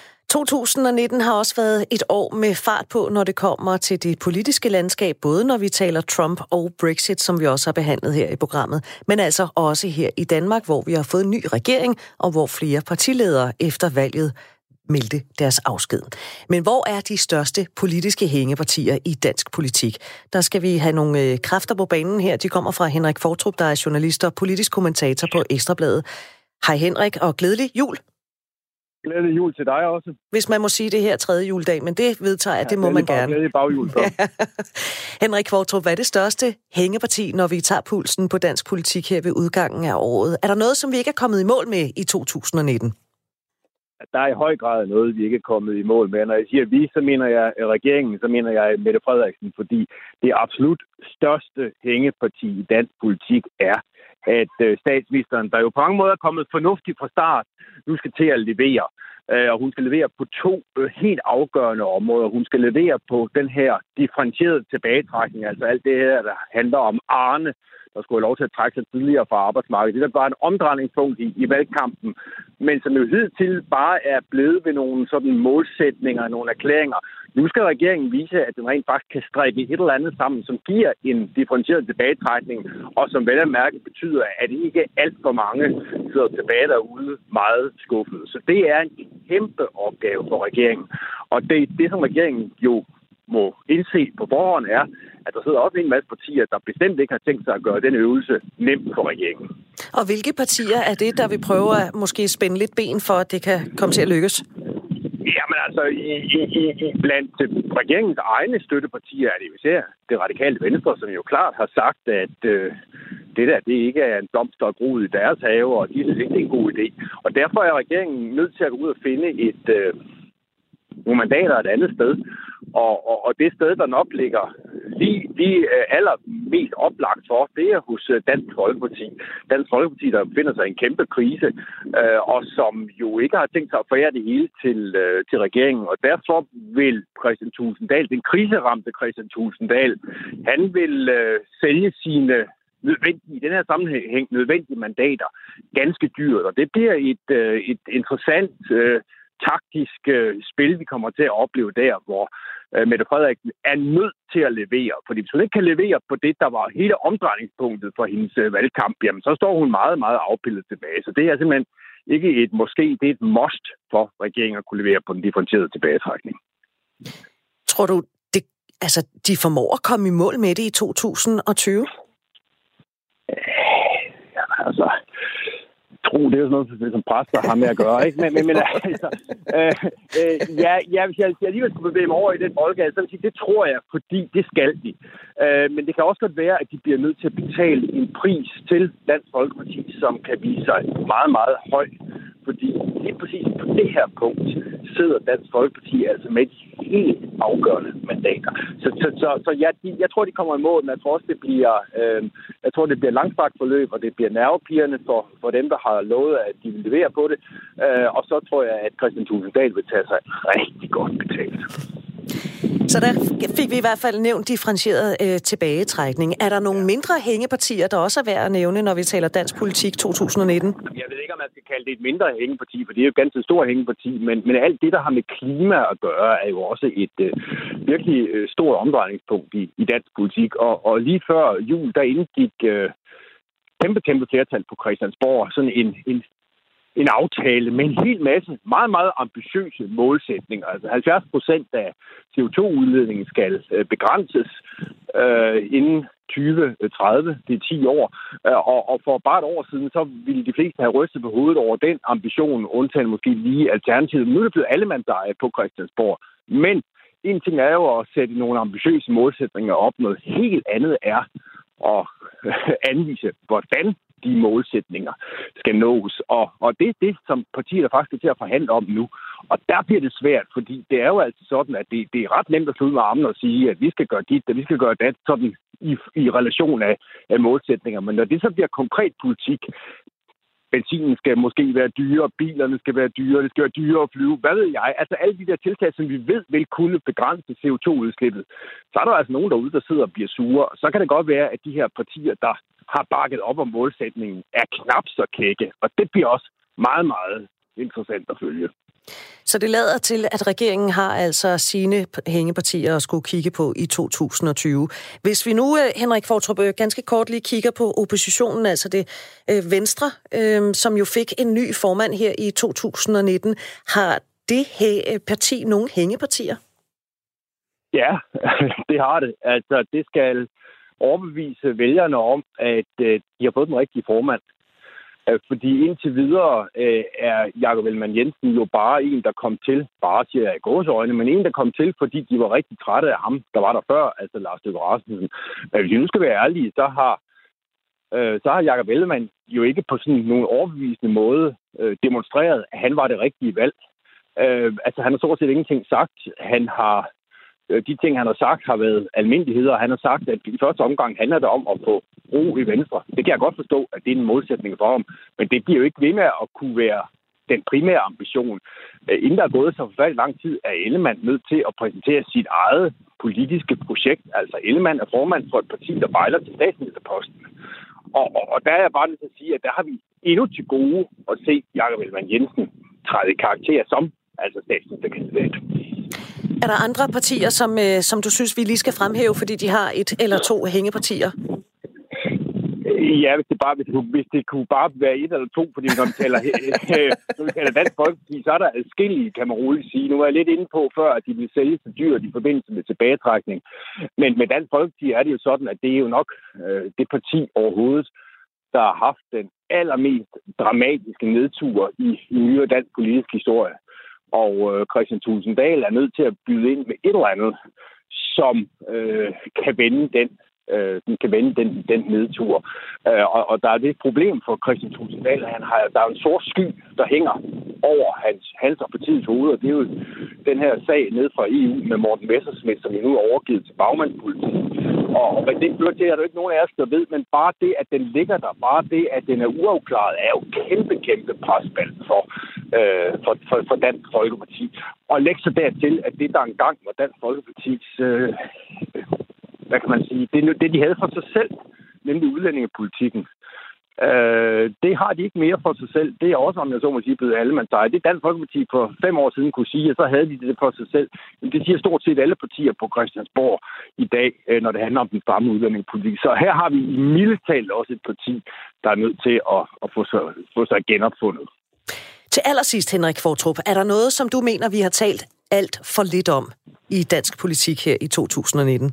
2019 har også været et år med fart på, når det kommer til det politiske landskab, både når vi taler Trump og Brexit, som vi også har behandlet her i programmet, men altså også her i Danmark, hvor vi har fået en ny regering, og hvor flere partiledere efter valget meldte deres afsked. Men hvor er de største politiske hængepartier i dansk politik? Der skal vi have nogle kræfter på banen her. De kommer fra Henrik Qvortrup, der er journalist og politisk kommentator på Ekstra Bladet. Hej Henrik, og glædelig jul. Glædelig jul til dig også. Hvis man må sige det her 3. juledag, men det vedtager jeg, det må man gerne. Glædelig baghjul. Henrik Qvortrup, hvad er det største hængeparti, når vi tager pulsen på dansk politik her ved udgangen af året? Er der noget, som vi ikke er kommet i mål med i 2019? Der er i høj grad noget, vi ikke er kommet i mål med. Når jeg siger vi, så mener jeg regeringen, så mener jeg Mette Frederiksen, fordi det absolut største hængeparti i dansk politik er, at statsministeren, der jo på mange måder er kommet fornuftigt fra start, nu skal til at levere. Og hun skal levere på 2 helt afgørende områder. Hun skal levere på den her differentierede tilbagetrækning, altså alt det her, der handler om Arne, der skulle have lov til at trække sig tidligere fra arbejdsmarkedet. Det er bare en omdrejningspunkt i valgkampen, men som jo hidtil bare er blevet ved nogle sådan målsætninger, nogle erklæringer. Nu skal regeringen vise, at den rent faktisk kan strikke et eller andet sammen, som giver en differentieret tilbagetrækning, og som vel at mærke betyder, at ikke alt for mange sidder tilbage derude meget skuffet. Så det er en kæmpe opgave for regeringen. Og det som regeringen jo må indse på forhånd er, at der sidder også en masse partier, der bestemt ikke har tænkt sig at gøre den øvelse nem for regeringen. Og hvilke partier er det, der vil prøve at måske spænde lidt ben for, at det kan komme til at lykkes? Jamen altså, blandt regeringens egne støttepartier er det jo især det radikale Venstre, som jo klart har sagt, at det ikke er en blomst, der er groet i deres have, og de synes ikke, det er en god idé. Og derfor er regeringen nødt til at gå ud og finde nogle mandater et andet sted. Og det sted, der nok ligger lige allermest oplagt for, det er hos Dansk Folkeparti. Dansk Folkeparti, der befinder sig i en kæmpe krise, og som jo ikke har tænkt sig at forære det hele til regeringen. Og derfor vil Kristian Thulesen Dahl, den kriseramte Kristian Thulesen Dahl, han vil sælge sine i den her sammenhæng nødvendige mandater ganske dyrt. Og det bliver et interessant taktisk spil, vi kommer til at opleve der, hvor Mette Frederiksen er nødt til at levere. Fordi hvis hun ikke kan levere på det, der var hele omdrejningspunktet for hendes valgkamp, jamen, så står hun meget, meget afpillet tilbage. Så det er simpelthen ikke et måske, det er et must for regeringen at kunne levere på den differentierede tilbagetrækning. Tror du, de formår at komme i mål med det i 2020? Altså, det er jo sådan noget, som præster har med at gøre, ikke? Men altså, hvis jeg alligevel skulle bevæge mig over i den boldgade, så vil jeg sige, det tror jeg, fordi det skal de. Men det kan også godt være, at de bliver nødt til at betale en pris til Dansk Folkeparti, som kan vise sig meget, meget høj. Fordi lige præcis på det her punkt sidder Dansk Folkeparti altså med de helt afgørende mandater. Så jeg tror, de kommer i mål, men jeg tror også, det bliver langstrakt forløb, og det bliver nervepirrende for dem, der har lovet, at de vil levere på det. Og så tror jeg, at Kristian Thulesen Dahl vil tage sig rigtig godt betalt. Så der fik vi i hvert fald nævnt differentieret tilbagetrækning. Er der nogle mindre hængepartier, der også er værd at nævne, når vi taler dansk politik 2019? Jeg ved ikke, om man skal kalde det et mindre hængeparti, for det er jo et ganske stort hængeparti, men alt det, der har med klima at gøre, er jo også et virkelig stort omdrejningspunkt i dansk politik. Og lige før jul, der indgik kæmpe flertal på Christiansborg sådan en aftale med en hel masse meget, meget ambitiøse målsætninger. Altså 70% af CO2-udledningen skal begrænses inden 2030. Det er 10 år. Og for bare et år siden, så ville de fleste have rystet på hovedet over den ambition, undtagen måske lige Alternativet. Nu er det blevet allemandseje på Christiansborg. Men en ting er jo at sætte nogle ambitiøse målsætninger op. Noget helt andet er at anvise, hvordan de målsætninger skal nås. Og det er det, som partierne faktisk er til at forhandle om nu. Og der bliver det svært, fordi det er jo altså sådan, at det er ret nemt at slå ud med armen og sige, at vi skal gøre dit, og vi skal gøre det, sådan i relation af målsætninger. Men når det så bliver konkret politik, benzinen skal måske være dyrere, bilerne skal være dyrere, det skal være dyrere at flyve, hvad ved jeg? Altså alle de der tiltag, som vi ved vil kunne begrænse CO2-udslippet, så er der altså nogen derude, der sidder og bliver sure. Så kan det godt være, at de her partier, der har bakket op om målsætningen, er knap så kække. Og det bliver også meget, meget interessant at følge. Så det lader til, at regeringen har altså sine hængepartier at skulle kigge på i 2020. Hvis vi nu, Henrik Qvortrup, ganske kort lige kigger på oppositionen, altså det Venstre, som jo fik en ny formand her i 2019. Har det parti nogle hængepartier? Ja, det har det. Altså, det skal overbevise vælgerne om, at de har fået den rigtige formand. Fordi indtil videre er Jakob Ellemann-Jensen jo bare en, der kom til, bare siger jeg i gåseøjne, men en, der kom til, fordi de var rigtig trætte af ham, der var der før, altså Lars Løkke Rasmussen. Hvis vi nu skal være ærlige, så har Jakob Ellemann jo ikke på sådan nogen overbevisende måde demonstreret, at han var det rigtige valg. Altså han har stort set ingenting sagt. De ting, han har sagt, har været almindeligheder. Han har sagt, at i første omgang handler det om at få ro i Venstre. Det kan jeg godt forstå, at det er en målsætning for ham. Men det bliver jo ikke ved med at kunne være den primære ambition. Inden der er gået så forfærdelig lang tid, er Ellemann nødt til at præsentere sit eget politiske projekt. Altså Ellemann er formand for et parti, der bejler til statsministerposten. Og der er jeg bare nødt til at sige, at der har vi endnu til gode at se Jakob Ellemann-Jensen træde i karakter som altså statsministerkandidat. Er der andre partier, som du synes, vi lige skal fremhæve, fordi de har et eller to hængepartier? Ja, hvis det kunne bare være et eller to, fordi når vi taler Dansk Folkeparti, så er der adskillige, kan man roligt sige. Nu var jeg lidt inde på før, at de vil sælge så dyrt i forbindelse med tilbagetrækning. Men med Dansk Folkeparti er det jo sådan, at det er jo nok det parti overhovedet, der har haft den allermest dramatiske nedtur i nyere dansk politisk historie. Og Kristian Thulesen Dahl er nødt til at byde ind med et eller andet, som kan vende den nedtur. Og der er det problem for Kristian Thulesen Dahl, at der er en stor sky, der hænger over hans og partiets hoved, og det er jo den her sag ned fra EU med Morten Messerschmidt, som nu er overgivet til bagmandspolitik. Og hvad det bliver til, er der ikke nogen af os, der ved, men bare det, at den ligger der, bare det, at den er uafklaret, er jo kæmpe presbald for Dansk Folkeparti. Og læg så dertil, at det der engang var Dansk Folkepartis, hvad kan man sige, det de havde for sig selv, nemlig udlændingepolitikken. Det har de ikke mere for sig selv. Det er også, om jeg så må sige, blevet allemandseje. Det Dansk Folkeparti for 5 år siden kunne sige, at så havde de det for sig selv. Men det siger stort set alle partier på Christiansborg i dag, når det handler om den stramme udlændingepolitik. Så her har vi i mildest talt også et parti, der er nødt til at få sig genopfundet. Til allersidst, Henrik Qvortrup, er der noget, som du mener, vi har talt alt for lidt om i dansk politik her i 2019?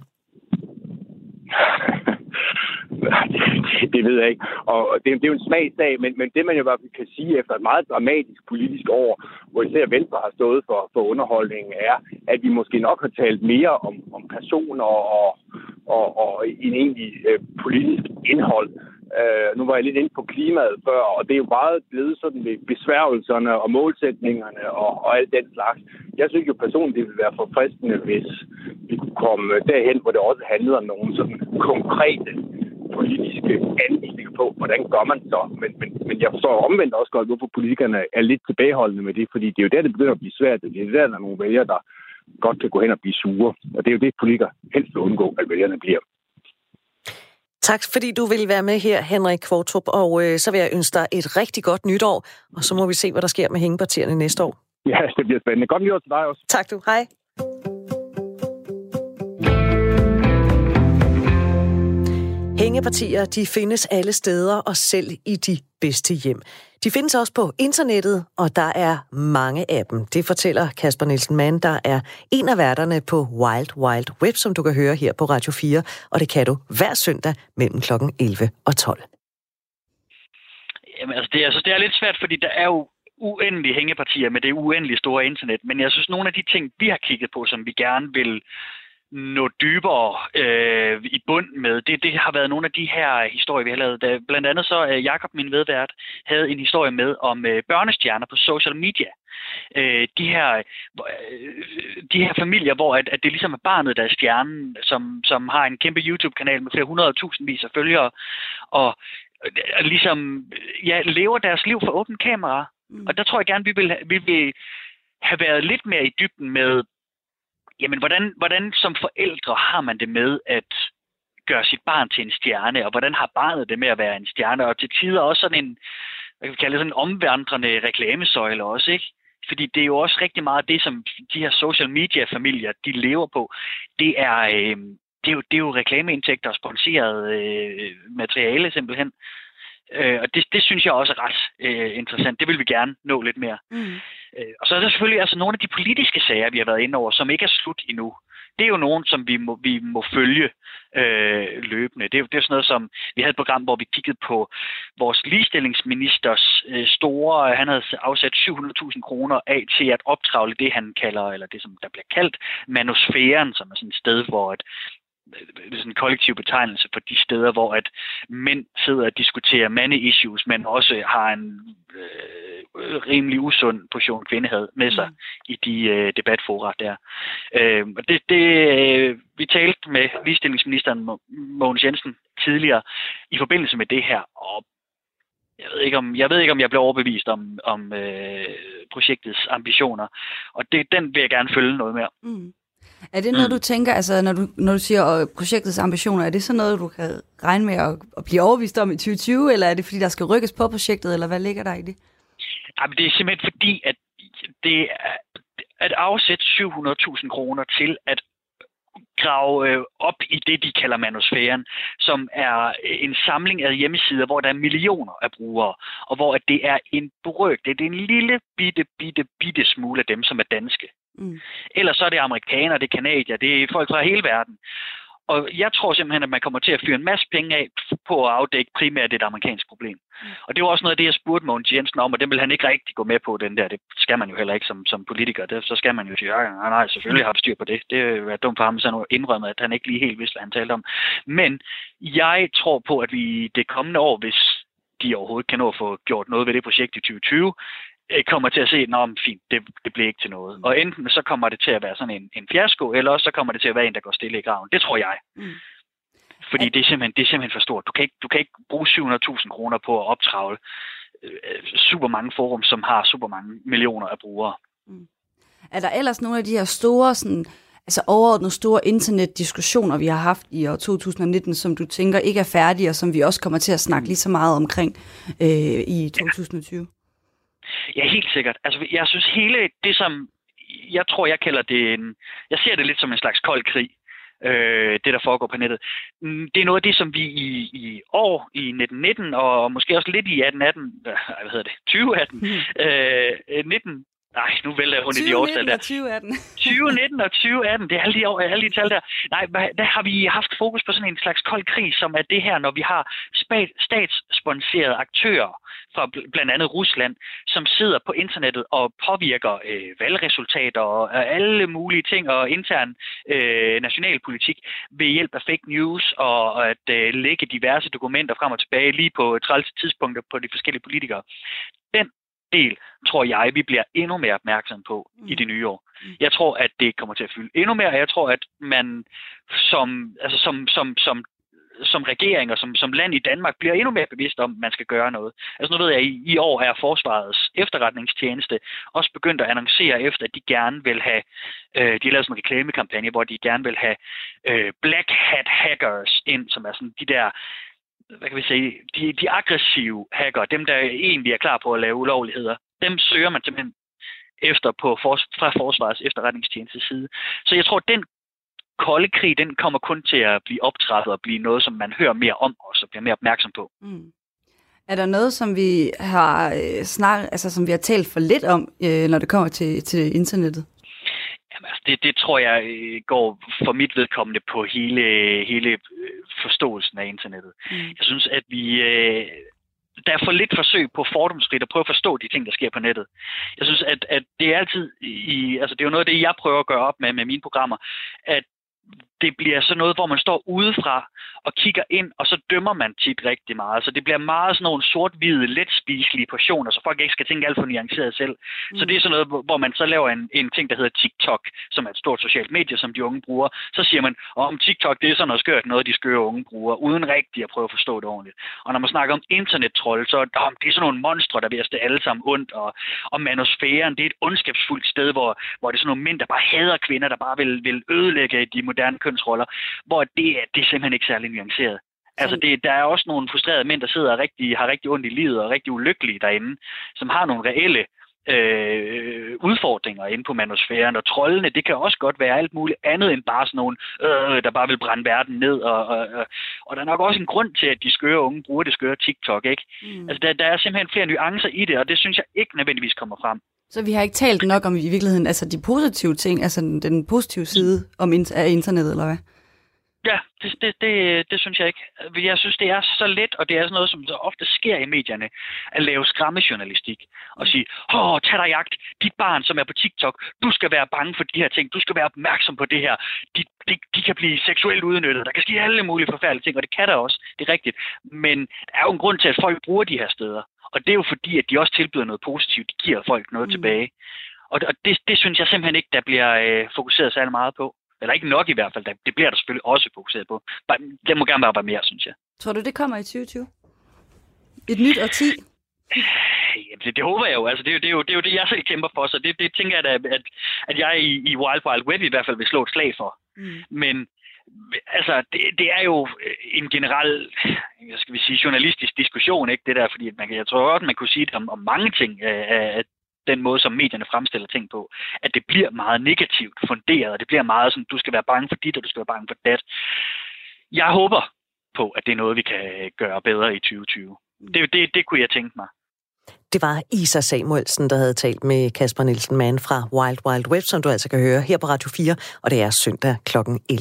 Det ved jeg ikke. Og det er jo en smagsag, men det man jo bare kan sige efter et meget dramatisk politisk år, hvor især Venstre har stået for underholdningen, er, at vi måske nok har talt mere om personer og en egentlig politisk indhold. Nu var jeg lidt inde på klimaet før, og det er jo meget blevet sådan med besværgelserne og målsætningerne og alt den slags. Jeg synes jo personligt, det ville være forfriskende, hvis vi kunne komme derhen, hvor det også handlede om nogle sådan konkrete politiske anvisninger på, hvordan gør man så. Men jeg forstår omvendt også godt, hvorfor politikerne er lidt tilbageholdende med det, fordi det er jo der, det begynder at blive svært. Det er der er nogle vælgere, der godt kan gå hen og blive sure. Og det er jo det, politikere helst vil undgå, at vælgerne bliver. Tak, fordi du vil være med her, Henrik Qvortrup, og så vil jeg ønske dig et rigtig godt nytår, og så må vi se, hvad der sker med hængepartierne næste år. Ja, det bliver spændende. Godt nytår til dig også. Tak du. Hej. Hængepartier, de findes alle steder og selv i de bedste hjem. De findes også på internettet, og der er mange af dem. Det fortæller Kasper Nielsen Mann, der er en af værterne på Wild Wild Web, som du kan høre her på Radio 4, og det kan du hver søndag mellem klokken 11 og 12. Jamen, altså det er lidt svært, fordi der er jo uendelige hængepartier med det uendelige store internet, men jeg synes, nogle af de ting, vi har kigget på, som vi gerne vil nå dybere i bund med, det har været nogle af de her historier, vi har lavet. Blandt andet så Jakob, min medvært, havde en historie med om børnestjerner på social media. De her familier, hvor at det ligesom er barnet, der er stjernen, som har en kæmpe YouTube-kanal med flere 100.000 af følgere, og ligesom lever deres liv for åbent kamera. Og der tror jeg gerne, vi vil have været lidt mere i dybden med, jamen, hvordan som forældre har man det med at gøre sit barn til en stjerne, og hvordan har barnet det med at være en stjerne, og til tider også sådan en, hvad kan vi kalde det, sådan en omvandrende reklamesøjle også, ikke? Fordi det er jo også rigtig meget det, som de her social media-familier, de lever på. Det er jo reklameindtægter og sponsoreret materiale simpelthen. Og det synes jeg også er ret interessant. Det vil vi gerne nå lidt mere. Og så er der selvfølgelig altså nogle af de politiske sager, vi har været inde over, som ikke er slut endnu. Det er jo nogen, som vi må følge løbende. Det er sådan noget som, vi havde et program, hvor vi kiggede på vores ligestillingsministers han havde afsat 700.000 kroner af til at optravle det, han kalder, eller det, som der bliver kaldt Manosfæren, som er sådan et sted, hvor det er sådan en kollektiv betegnelse for de steder, hvor at mænd sidder og diskuterer mande-issues, men også har en rimelig usund portion kvindehad med sig i de debatfora der. Og vi talte med ligestillingsministeren Mogens Jensen tidligere i forbindelse med det her, og jeg ved ikke, om jeg blev overbevist om projektets ambitioner, og den vil jeg gerne følge noget mere. Er det noget, du tænker, altså når du siger projektets ambitioner, er det så noget, du kan regne med at blive overbevist om i 2020, eller er det fordi, der skal rykkes på projektet, eller hvad ligger der i det? Jamen, det er simpelthen fordi, at det er at afsætte 700.000 kroner til at grave op i det, de kalder Manosfæren, som er en samling af hjemmesider, hvor der er millioner af brugere, og hvor det er en det er en lille bitte smule af dem, som er danske. Ellers så er det amerikanere, det er kanadier, det er folk fra hele verden. Og jeg tror simpelthen, at man kommer til at fyre en masse penge af på at afdække primært et amerikansk problem. Og det var også noget af det, jeg spurgte Mogens Jensen om, og det vil han ikke rigtig gå med på, den der. Det skal man jo heller ikke som politiker. Så skal man jo sige, nej, selvfølgelig har vi styr på det. Det vil være dumt for ham, så han indrømmet, at han ikke lige helt vidste, hvad han talte om. Men jeg tror på, at vi det kommende år, hvis de overhovedet kan nå at få gjort noget ved det projekt i 2020, kommer til at se, fint, det bliver ikke til noget. Og enten så kommer det til at være sådan en fiasko, eller også så kommer det til at være en, der går stille i graven. Det tror jeg. Fordi det er simpelthen for stort. Du kan ikke bruge 700.000 kroner på at optravle super mange forum, som har super mange millioner af brugere. Er der ellers nogle af de her store, overordnet store internetdiskussioner, vi har haft i år 2019, som du tænker ikke er færdige, og som vi også kommer til at snakke lige så meget omkring i 2020? Ja, helt sikkert. Altså, jeg synes hele det, som jeg tror, jeg kalder det jeg ser det lidt som en slags kold krig, det der foregår på nettet. Det er noget af det, som vi i år, i 1919, og måske også lidt i 2018, 19, nej, nu vælger jeg rundt i de årstal der. 2019 og 2018, det er alle de tal der. Nej, der har vi haft fokus på sådan en slags kold krig, som er det her, når vi har statssponserede aktører fra blandt andet Rusland, som sidder på internettet og påvirker valgresultater og alle mulige ting og intern nationalpolitik ved hjælp af fake news og at lægge diverse dokumenter frem og tilbage lige på trælse tidspunkter på de forskellige politikere. Den del, tror jeg, vi bliver endnu mere opmærksom på i det nye år. Jeg tror, at det kommer til at fylde endnu mere, og jeg tror, at man som regering og som land i Danmark bliver endnu mere bevidst om, at man skal gøre noget. Altså nu ved jeg, at i år er Forsvarets efterretningstjeneste også begyndt at annoncere efter, at de gerne vil have, de har lavet sådan en reklamekampagne, hvor de gerne vil have black hat hackers ind, som er sådan de der, hvad kan vi sige, de aggressive hacker, dem der egentlig er klar på at lave ulovligheder, dem søger man simpelthen efter fra Forsvarets efterretningstjenestes side. Så jeg tror, den kolde krig, den kommer kun til at blive optrappet og blive noget, som man hører mere om og så bliver mere opmærksom på. Er der noget, som vi har som vi har talt for lidt om, når det kommer til internettet? Jamen, altså, det tror jeg går for mit vedkommende på hele forståelsen af internettet. Jeg synes, at der er for lidt forsøg på fordomsfrit at prøve at forstå de ting, der sker på nettet. Jeg synes, at det er altid altså det er jo noget af det, jeg prøver at gøre op med mine programmer, at det bliver sådan noget, hvor man står udefra og kigger ind, og så dømmer man tit rigtig meget. Så det bliver meget sådan nogle sort-hvide, let spiselige portioner, så folk ikke skal tænke alt for nuanceret selv. Så det er sådan noget, hvor man så laver en ting, der hedder TikTok, som er et stort socialt medie, som de unge bruger. Så siger man, om TikTok, det er sådan noget skørt, noget de skøre unge bruger, uden rigtig at prøve at forstå det ordentligt. Og når man snakker om internettrold, så det er sådan nogle monstre, der vil os det alle sammen ondt, og manusfæren, det er et ondskabsfuldt sted, hvor det er sådan nogle mænd, der bare hader kvinder, der bare vil ødelægge de moderne kønsroller, hvor det er simpelthen ikke særlig nuanceret. Altså der er også nogle frustrerede mænd, der sidder og har rigtig ondt i livet og rigtig ulykkelige derinde, som har nogle reelle udfordringer inde på manusfæren, og troldene, det kan også godt være alt muligt andet end bare sådan nogle, der bare vil brænde verden ned, og der er nok også en grund til, at de skøre unge bruger det skøre TikTok, ikke? Altså der er simpelthen flere nuancer i det, og det synes jeg ikke nødvendigvis kommer frem. Så vi har ikke talt nok om i virkeligheden, altså de positive ting, altså den positive side af internettet, eller hvad? Ja, det synes jeg ikke. Jeg synes, det er så let, og det er sådan noget, som så ofte sker i medierne, at lave skræmmejournalistik og sige, tag dig jagt, dit barn, som er på TikTok, du skal være bange for de her ting, du skal være opmærksom på det her, de kan blive seksuelt udnyttet, der kan ske alle mulige forfærdelige ting, og det kan der også, det er rigtigt. Men der er jo en grund til, at folk bruger de her steder, og det er jo fordi, at de også tilbyder noget positivt, de giver folk noget tilbage. Og det synes jeg simpelthen ikke, der bliver fokuseret særlig meget på. Eller ikke nok i hvert fald. Det bliver der selvfølgelig også fokuseret på. Det må gerne være mere, synes jeg. Tror du, det kommer i 2020? Et nyt årti? Det håber jeg jo. Altså, det er jo det, jeg selv kæmper for. Så det tænker jeg da, at jeg i Wild Wild Web i hvert fald vil slå et slag for. Men altså, det er jo en generel, skal vi sige, journalistisk diskussion, ikke det der? Fordi jeg tror godt, man kunne sige det om mange ting, at den måde, som medierne fremstiller ting på, at det bliver meget negativt funderet, og det bliver meget sådan, du skal være bange for dit, og du skal være bange for dat. Jeg håber på, at det er noget, vi kan gøre bedre i 2020. Det kunne jeg tænke mig. Det var Isa Samuelsen, der havde talt med Kasper Nielsen Mann fra Wild Wild Web, som du altså kan høre her på Radio 4, og det er søndag kl.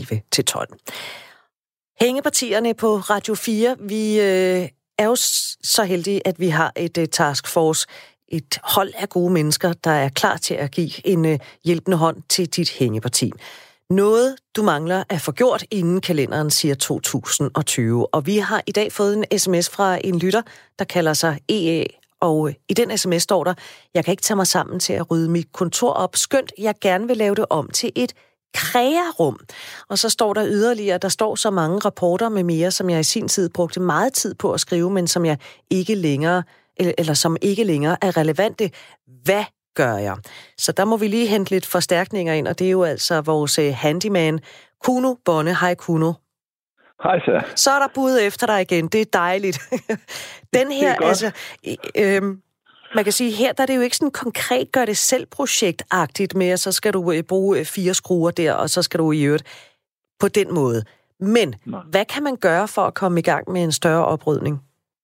11-12. Hængepartierne på Radio 4, vi er jo så heldige, at vi har et taskforce, et hold af gode mennesker, der er klar til at give en hjælpende hånd til dit hængeparti. Noget, du mangler at få gjort, inden kalenderen siger 2020. Og vi har i dag fået en sms fra en lytter, der kalder sig EA. Og i den sms står der, jeg kan ikke tage mig sammen til at rydde mit kontor op. Skønt, jeg gerne vil lave det om til et krearum. Og så står der yderligere, der står så mange rapporter med mere, som jeg i sin tid brugte meget tid på at skrive, men som jeg ikke længere som ikke længere er relevante. Hvad gør jeg? Så der må vi lige hente lidt forstærkninger ind, og det er jo altså vores handyman, Kuno Bonne. Hej Kuno. Hej så. Så er der bud efter dig igen, det er dejligt. Den her, altså, man kan sige, her der er det jo ikke sådan konkret gør det selv projektagtigt med, at så skal du bruge 4 skruer der, og så skal du i øvrigt på den måde. Men hvad kan man gøre for at komme i gang med en større oprydning?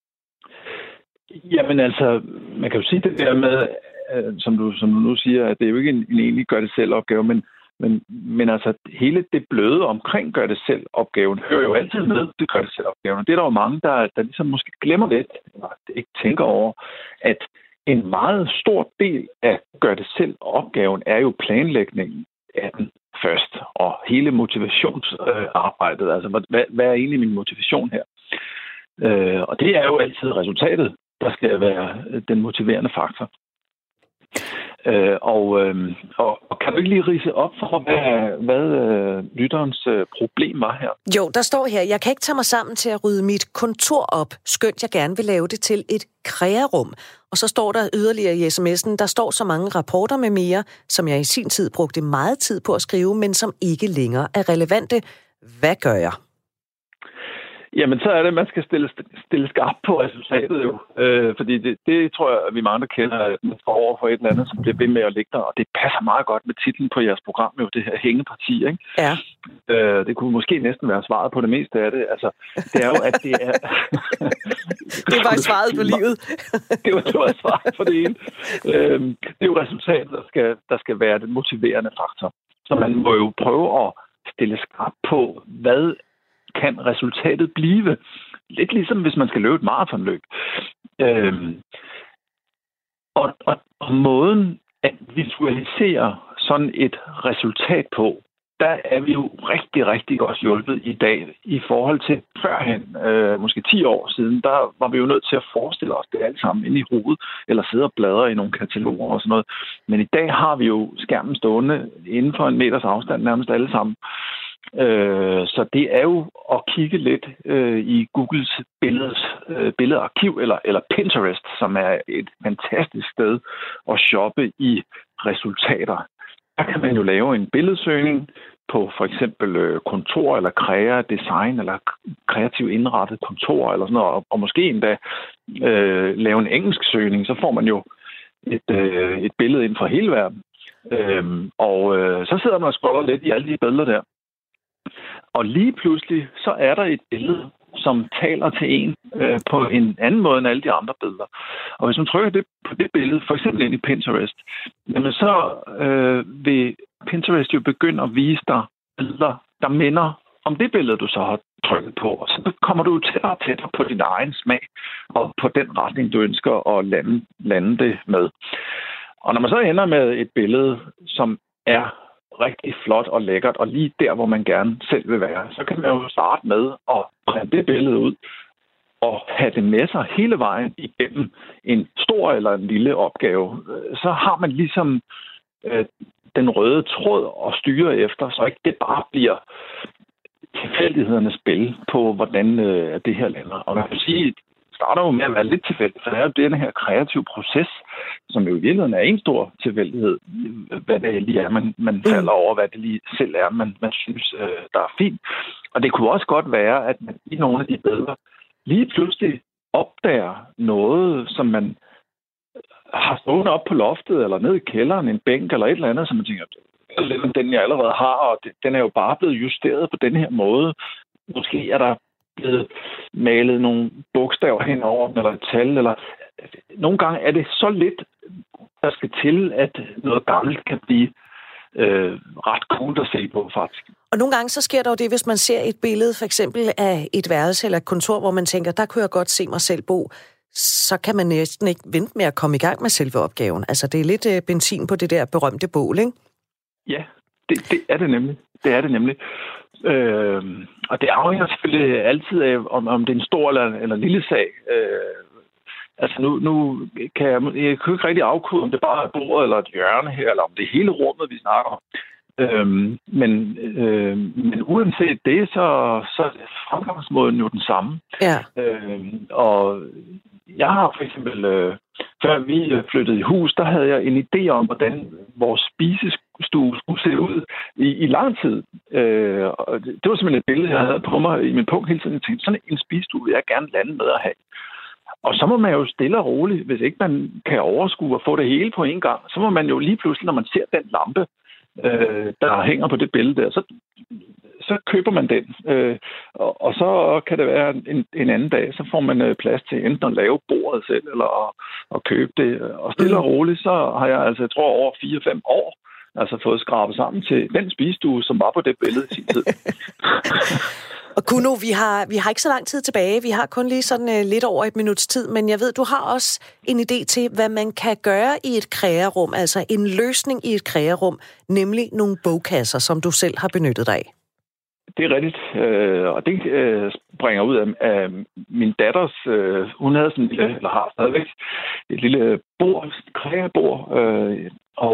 Jamen altså, man kan jo sige det der med, som du nu siger, at det er jo ikke en egentlig gør det selv opgave, men altså hele det bløde omkring gør det selv opgaven hører jo altid med til gør det selv opgaven. Og det er der jo mange, der ligesom måske glemmer lidt, eller ikke tænker over, at en meget stor del af gør det selv opgaven er jo planlægningen af den først, og hele motivationsarbejdet. Altså, hvad er egentlig min motivation her? Og det er jo altid resultatet, der skal være den motiverende faktor. Og kan du ikke lige ridse op for, hvad lytterens problem var her? Jo, der står her, jeg kan ikke tage mig sammen til at rydde mit kontor op, skønt jeg gerne vil lave det til et krearum. Og så står der yderligere i sms'en, der står så mange rapporter med mere, som jeg i sin tid brugte meget tid på at skrive, men som ikke længere er relevante. Hvad gør jeg? Jamen, så er det, at man skal stille skarpt på resultatet jo. Fordi det tror jeg, at vi mange der kender, at man står over for et eller andet, som bliver ved med at ligge der. Og det passer meget godt med titlen på jeres program, jo, det her hængeparti, ikke? Ja. Det kunne måske næsten være svaret på det meste af det. Altså, det er jo, at det er... Det var svaret på livet. det var svaret på det ene. Det er jo resultatet, der skal være den motiverende faktor. Så man må jo prøve at stille skarpt på, hvad kan resultatet blive? Lidt ligesom hvis man skal løbe et maratonløb. Og måden at visualisere sådan et resultat på, der er vi jo rigtig, rigtig godt hjulpet i dag i forhold til førhen, måske 10 år siden, der var vi jo nødt til at forestille os det alt sammen inde i hovedet, eller sidde og bladre i nogle kataloger og sådan noget. Men i dag har vi jo skærmen stående inden for 1 meters afstand nærmest alle sammen. Så det er jo at kigge lidt i Googles billedarkiv eller Pinterest, som er et fantastisk sted at shoppe i resultater. Der kan man jo lave en billedsøgning på for eksempel kontor eller design eller kreativ indrettet kontor eller sådan noget, og måske endda lave en engelsk søgning, så får man jo et billede ind fra hele verden. Så sidder man og scroller lidt i alle de billeder der. Og lige pludselig, så er der et billede, som taler til en på en anden måde end alle de andre billeder. Og hvis man trykker på det billede, for eksempel ind i Pinterest, jamen så vil Pinterest jo begynde at vise dig billeder, der minder om det billede, du så har trykket på. Og så kommer du tættere og tættere på din egen smag og på den retning, du ønsker at lande det med. Og når man så ender med et billede, som er rigtig flot og lækkert, og lige der, hvor man gerne selv vil være, så kan man jo starte med at printe det billede ud og have det med sig hele vejen igennem en stor eller en lille opgave. Så har man ligesom den røde tråd at styre efter, så ikke det bare bliver tilfældighedernes spil på, hvordan det her lander. Og man kan sige, at det starter jo med at være lidt tilfældigt, for det er jo den her kreative proces, som jo i virkeligheden er en stor tilfældighed, hvad det lige er, man falder over, hvad det lige selv er, man synes, der er fint. Og det kunne også godt være, at man i nogle af de billeder lige pludselig opdager noget, som man har stående op på loftet, eller ned i kælderen, en bænk, eller et eller andet, som man tænker, den jeg allerede har, og den er jo bare blevet justeret på den her måde. Måske er der blevet malet nogle bogstaver henover, eller et tal, eller nogle gange er det så lidt, der skal til, at noget gammelt kan blive ret cool at se på, faktisk. Og nogle gange så sker der jo det, hvis man ser et billede, for eksempel af et værelse eller et kontor, hvor man tænker, der kunne jeg godt se mig selv bo, så kan man næsten ikke vente med at komme i gang med selve opgaven. Altså, det er lidt benzin på det der berømte bål, ikke? Ja, det er det nemlig. Det er det nemlig. Og det afhænger selvfølgelig altid af, om det er en stor eller en lille sag. Altså nu kan jeg kan ikke rigtig afkode, om det bare er bordet eller et hjørne her, eller om det er hele rummet, vi snakker om. Men uanset det, så er fremgangsmåden jo den samme. Ja. Og jeg har for eksempel, før vi flyttede i hus, der havde jeg en idé om, hvordan vores spisestue skulle se ud i lang tid. Og det var simpelthen et billede, jeg havde på mig i min punkt hele tiden. Jeg tænkte, sådan en spisestue vil jeg gerne lande med at have. Og så må man jo stille og roligt, hvis ikke man kan overskue og få det hele på en gang, så må man jo lige pludselig, når man ser den lampe, der hænger på det billede der, så køber man den. Og så kan det være en anden dag, så får man plads til enten at lave bordet selv, eller at købe det. Og stille og roligt, så har jeg altså, jeg tror, over 4-5 år, altså fået skrabet sammen til den spisestue, som var på det billede i sin tid. Og Kuno, vi har ikke så lang tid tilbage. Vi har kun lige sådan lidt over 1 minuts tid, men jeg ved, du har også en idé til, hvad man kan gøre i et krearum, altså en løsning i et krearum, nemlig nogle bogkasser, som du selv har benyttet dig af. Det er rigtigt, og det springer ud af min datters, hun havde sådan en lille, eller har stadigvæk, et lille bord, kreabord, og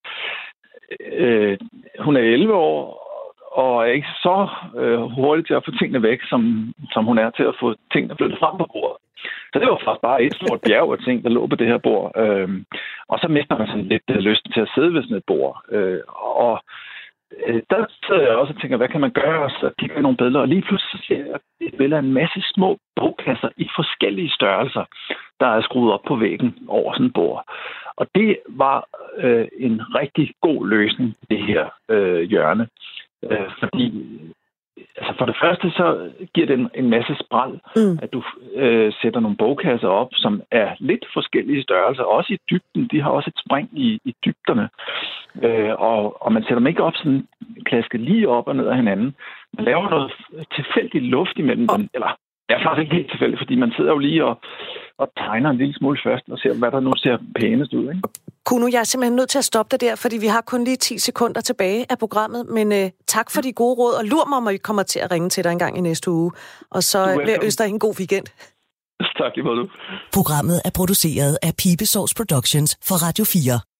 hun er 11 år, og er ikke så hurtigt til at få tingene væk, som hun er til at få tingene flyttet frem på bordet. Så det var faktisk bare et stort bjerg af ting, der lå på det her bord. Og så mister man sådan lidt lysten til at sidde ved sådan et bord. Og der sidder jeg også og tænker, hvad kan man gøre? Og så kigger jeg nogle billeder, og lige pludselig ser jeg et billede af en masse små bogkasser i forskellige størrelser, der er skruet op på væggen over sådan et bord. Og det var en rigtig god løsning, det her hjørne. Fordi altså for det første, så giver det en masse spræl, at du sætter nogle bogkasser op, som er lidt forskellige størrelser, også i dybden. De har også et spring i dybderne. Og man sætter dem ikke op sådan klasket lige op og ned af hinanden. Man laver noget tilfældigt luft imellem dem, eller Det er faktisk ikke helt tilfældigt, fordi man sidder jo lige og tegner en lille smule først, og ser, hvad der nu ser pænest ud, ikke? Kuno, jeg er simpelthen nødt til at stoppe dig der, fordi vi har kun lige 10 sekunder tilbage af programmet, men tak for de gode råd, og lur mig, om vi kommer til at ringe til dig en gang i næste uge. Og så vil jeg ønske dig en god weekend. Tak, lige måde du. Programmet er produceret af Pibesovs Productions for Radio 4.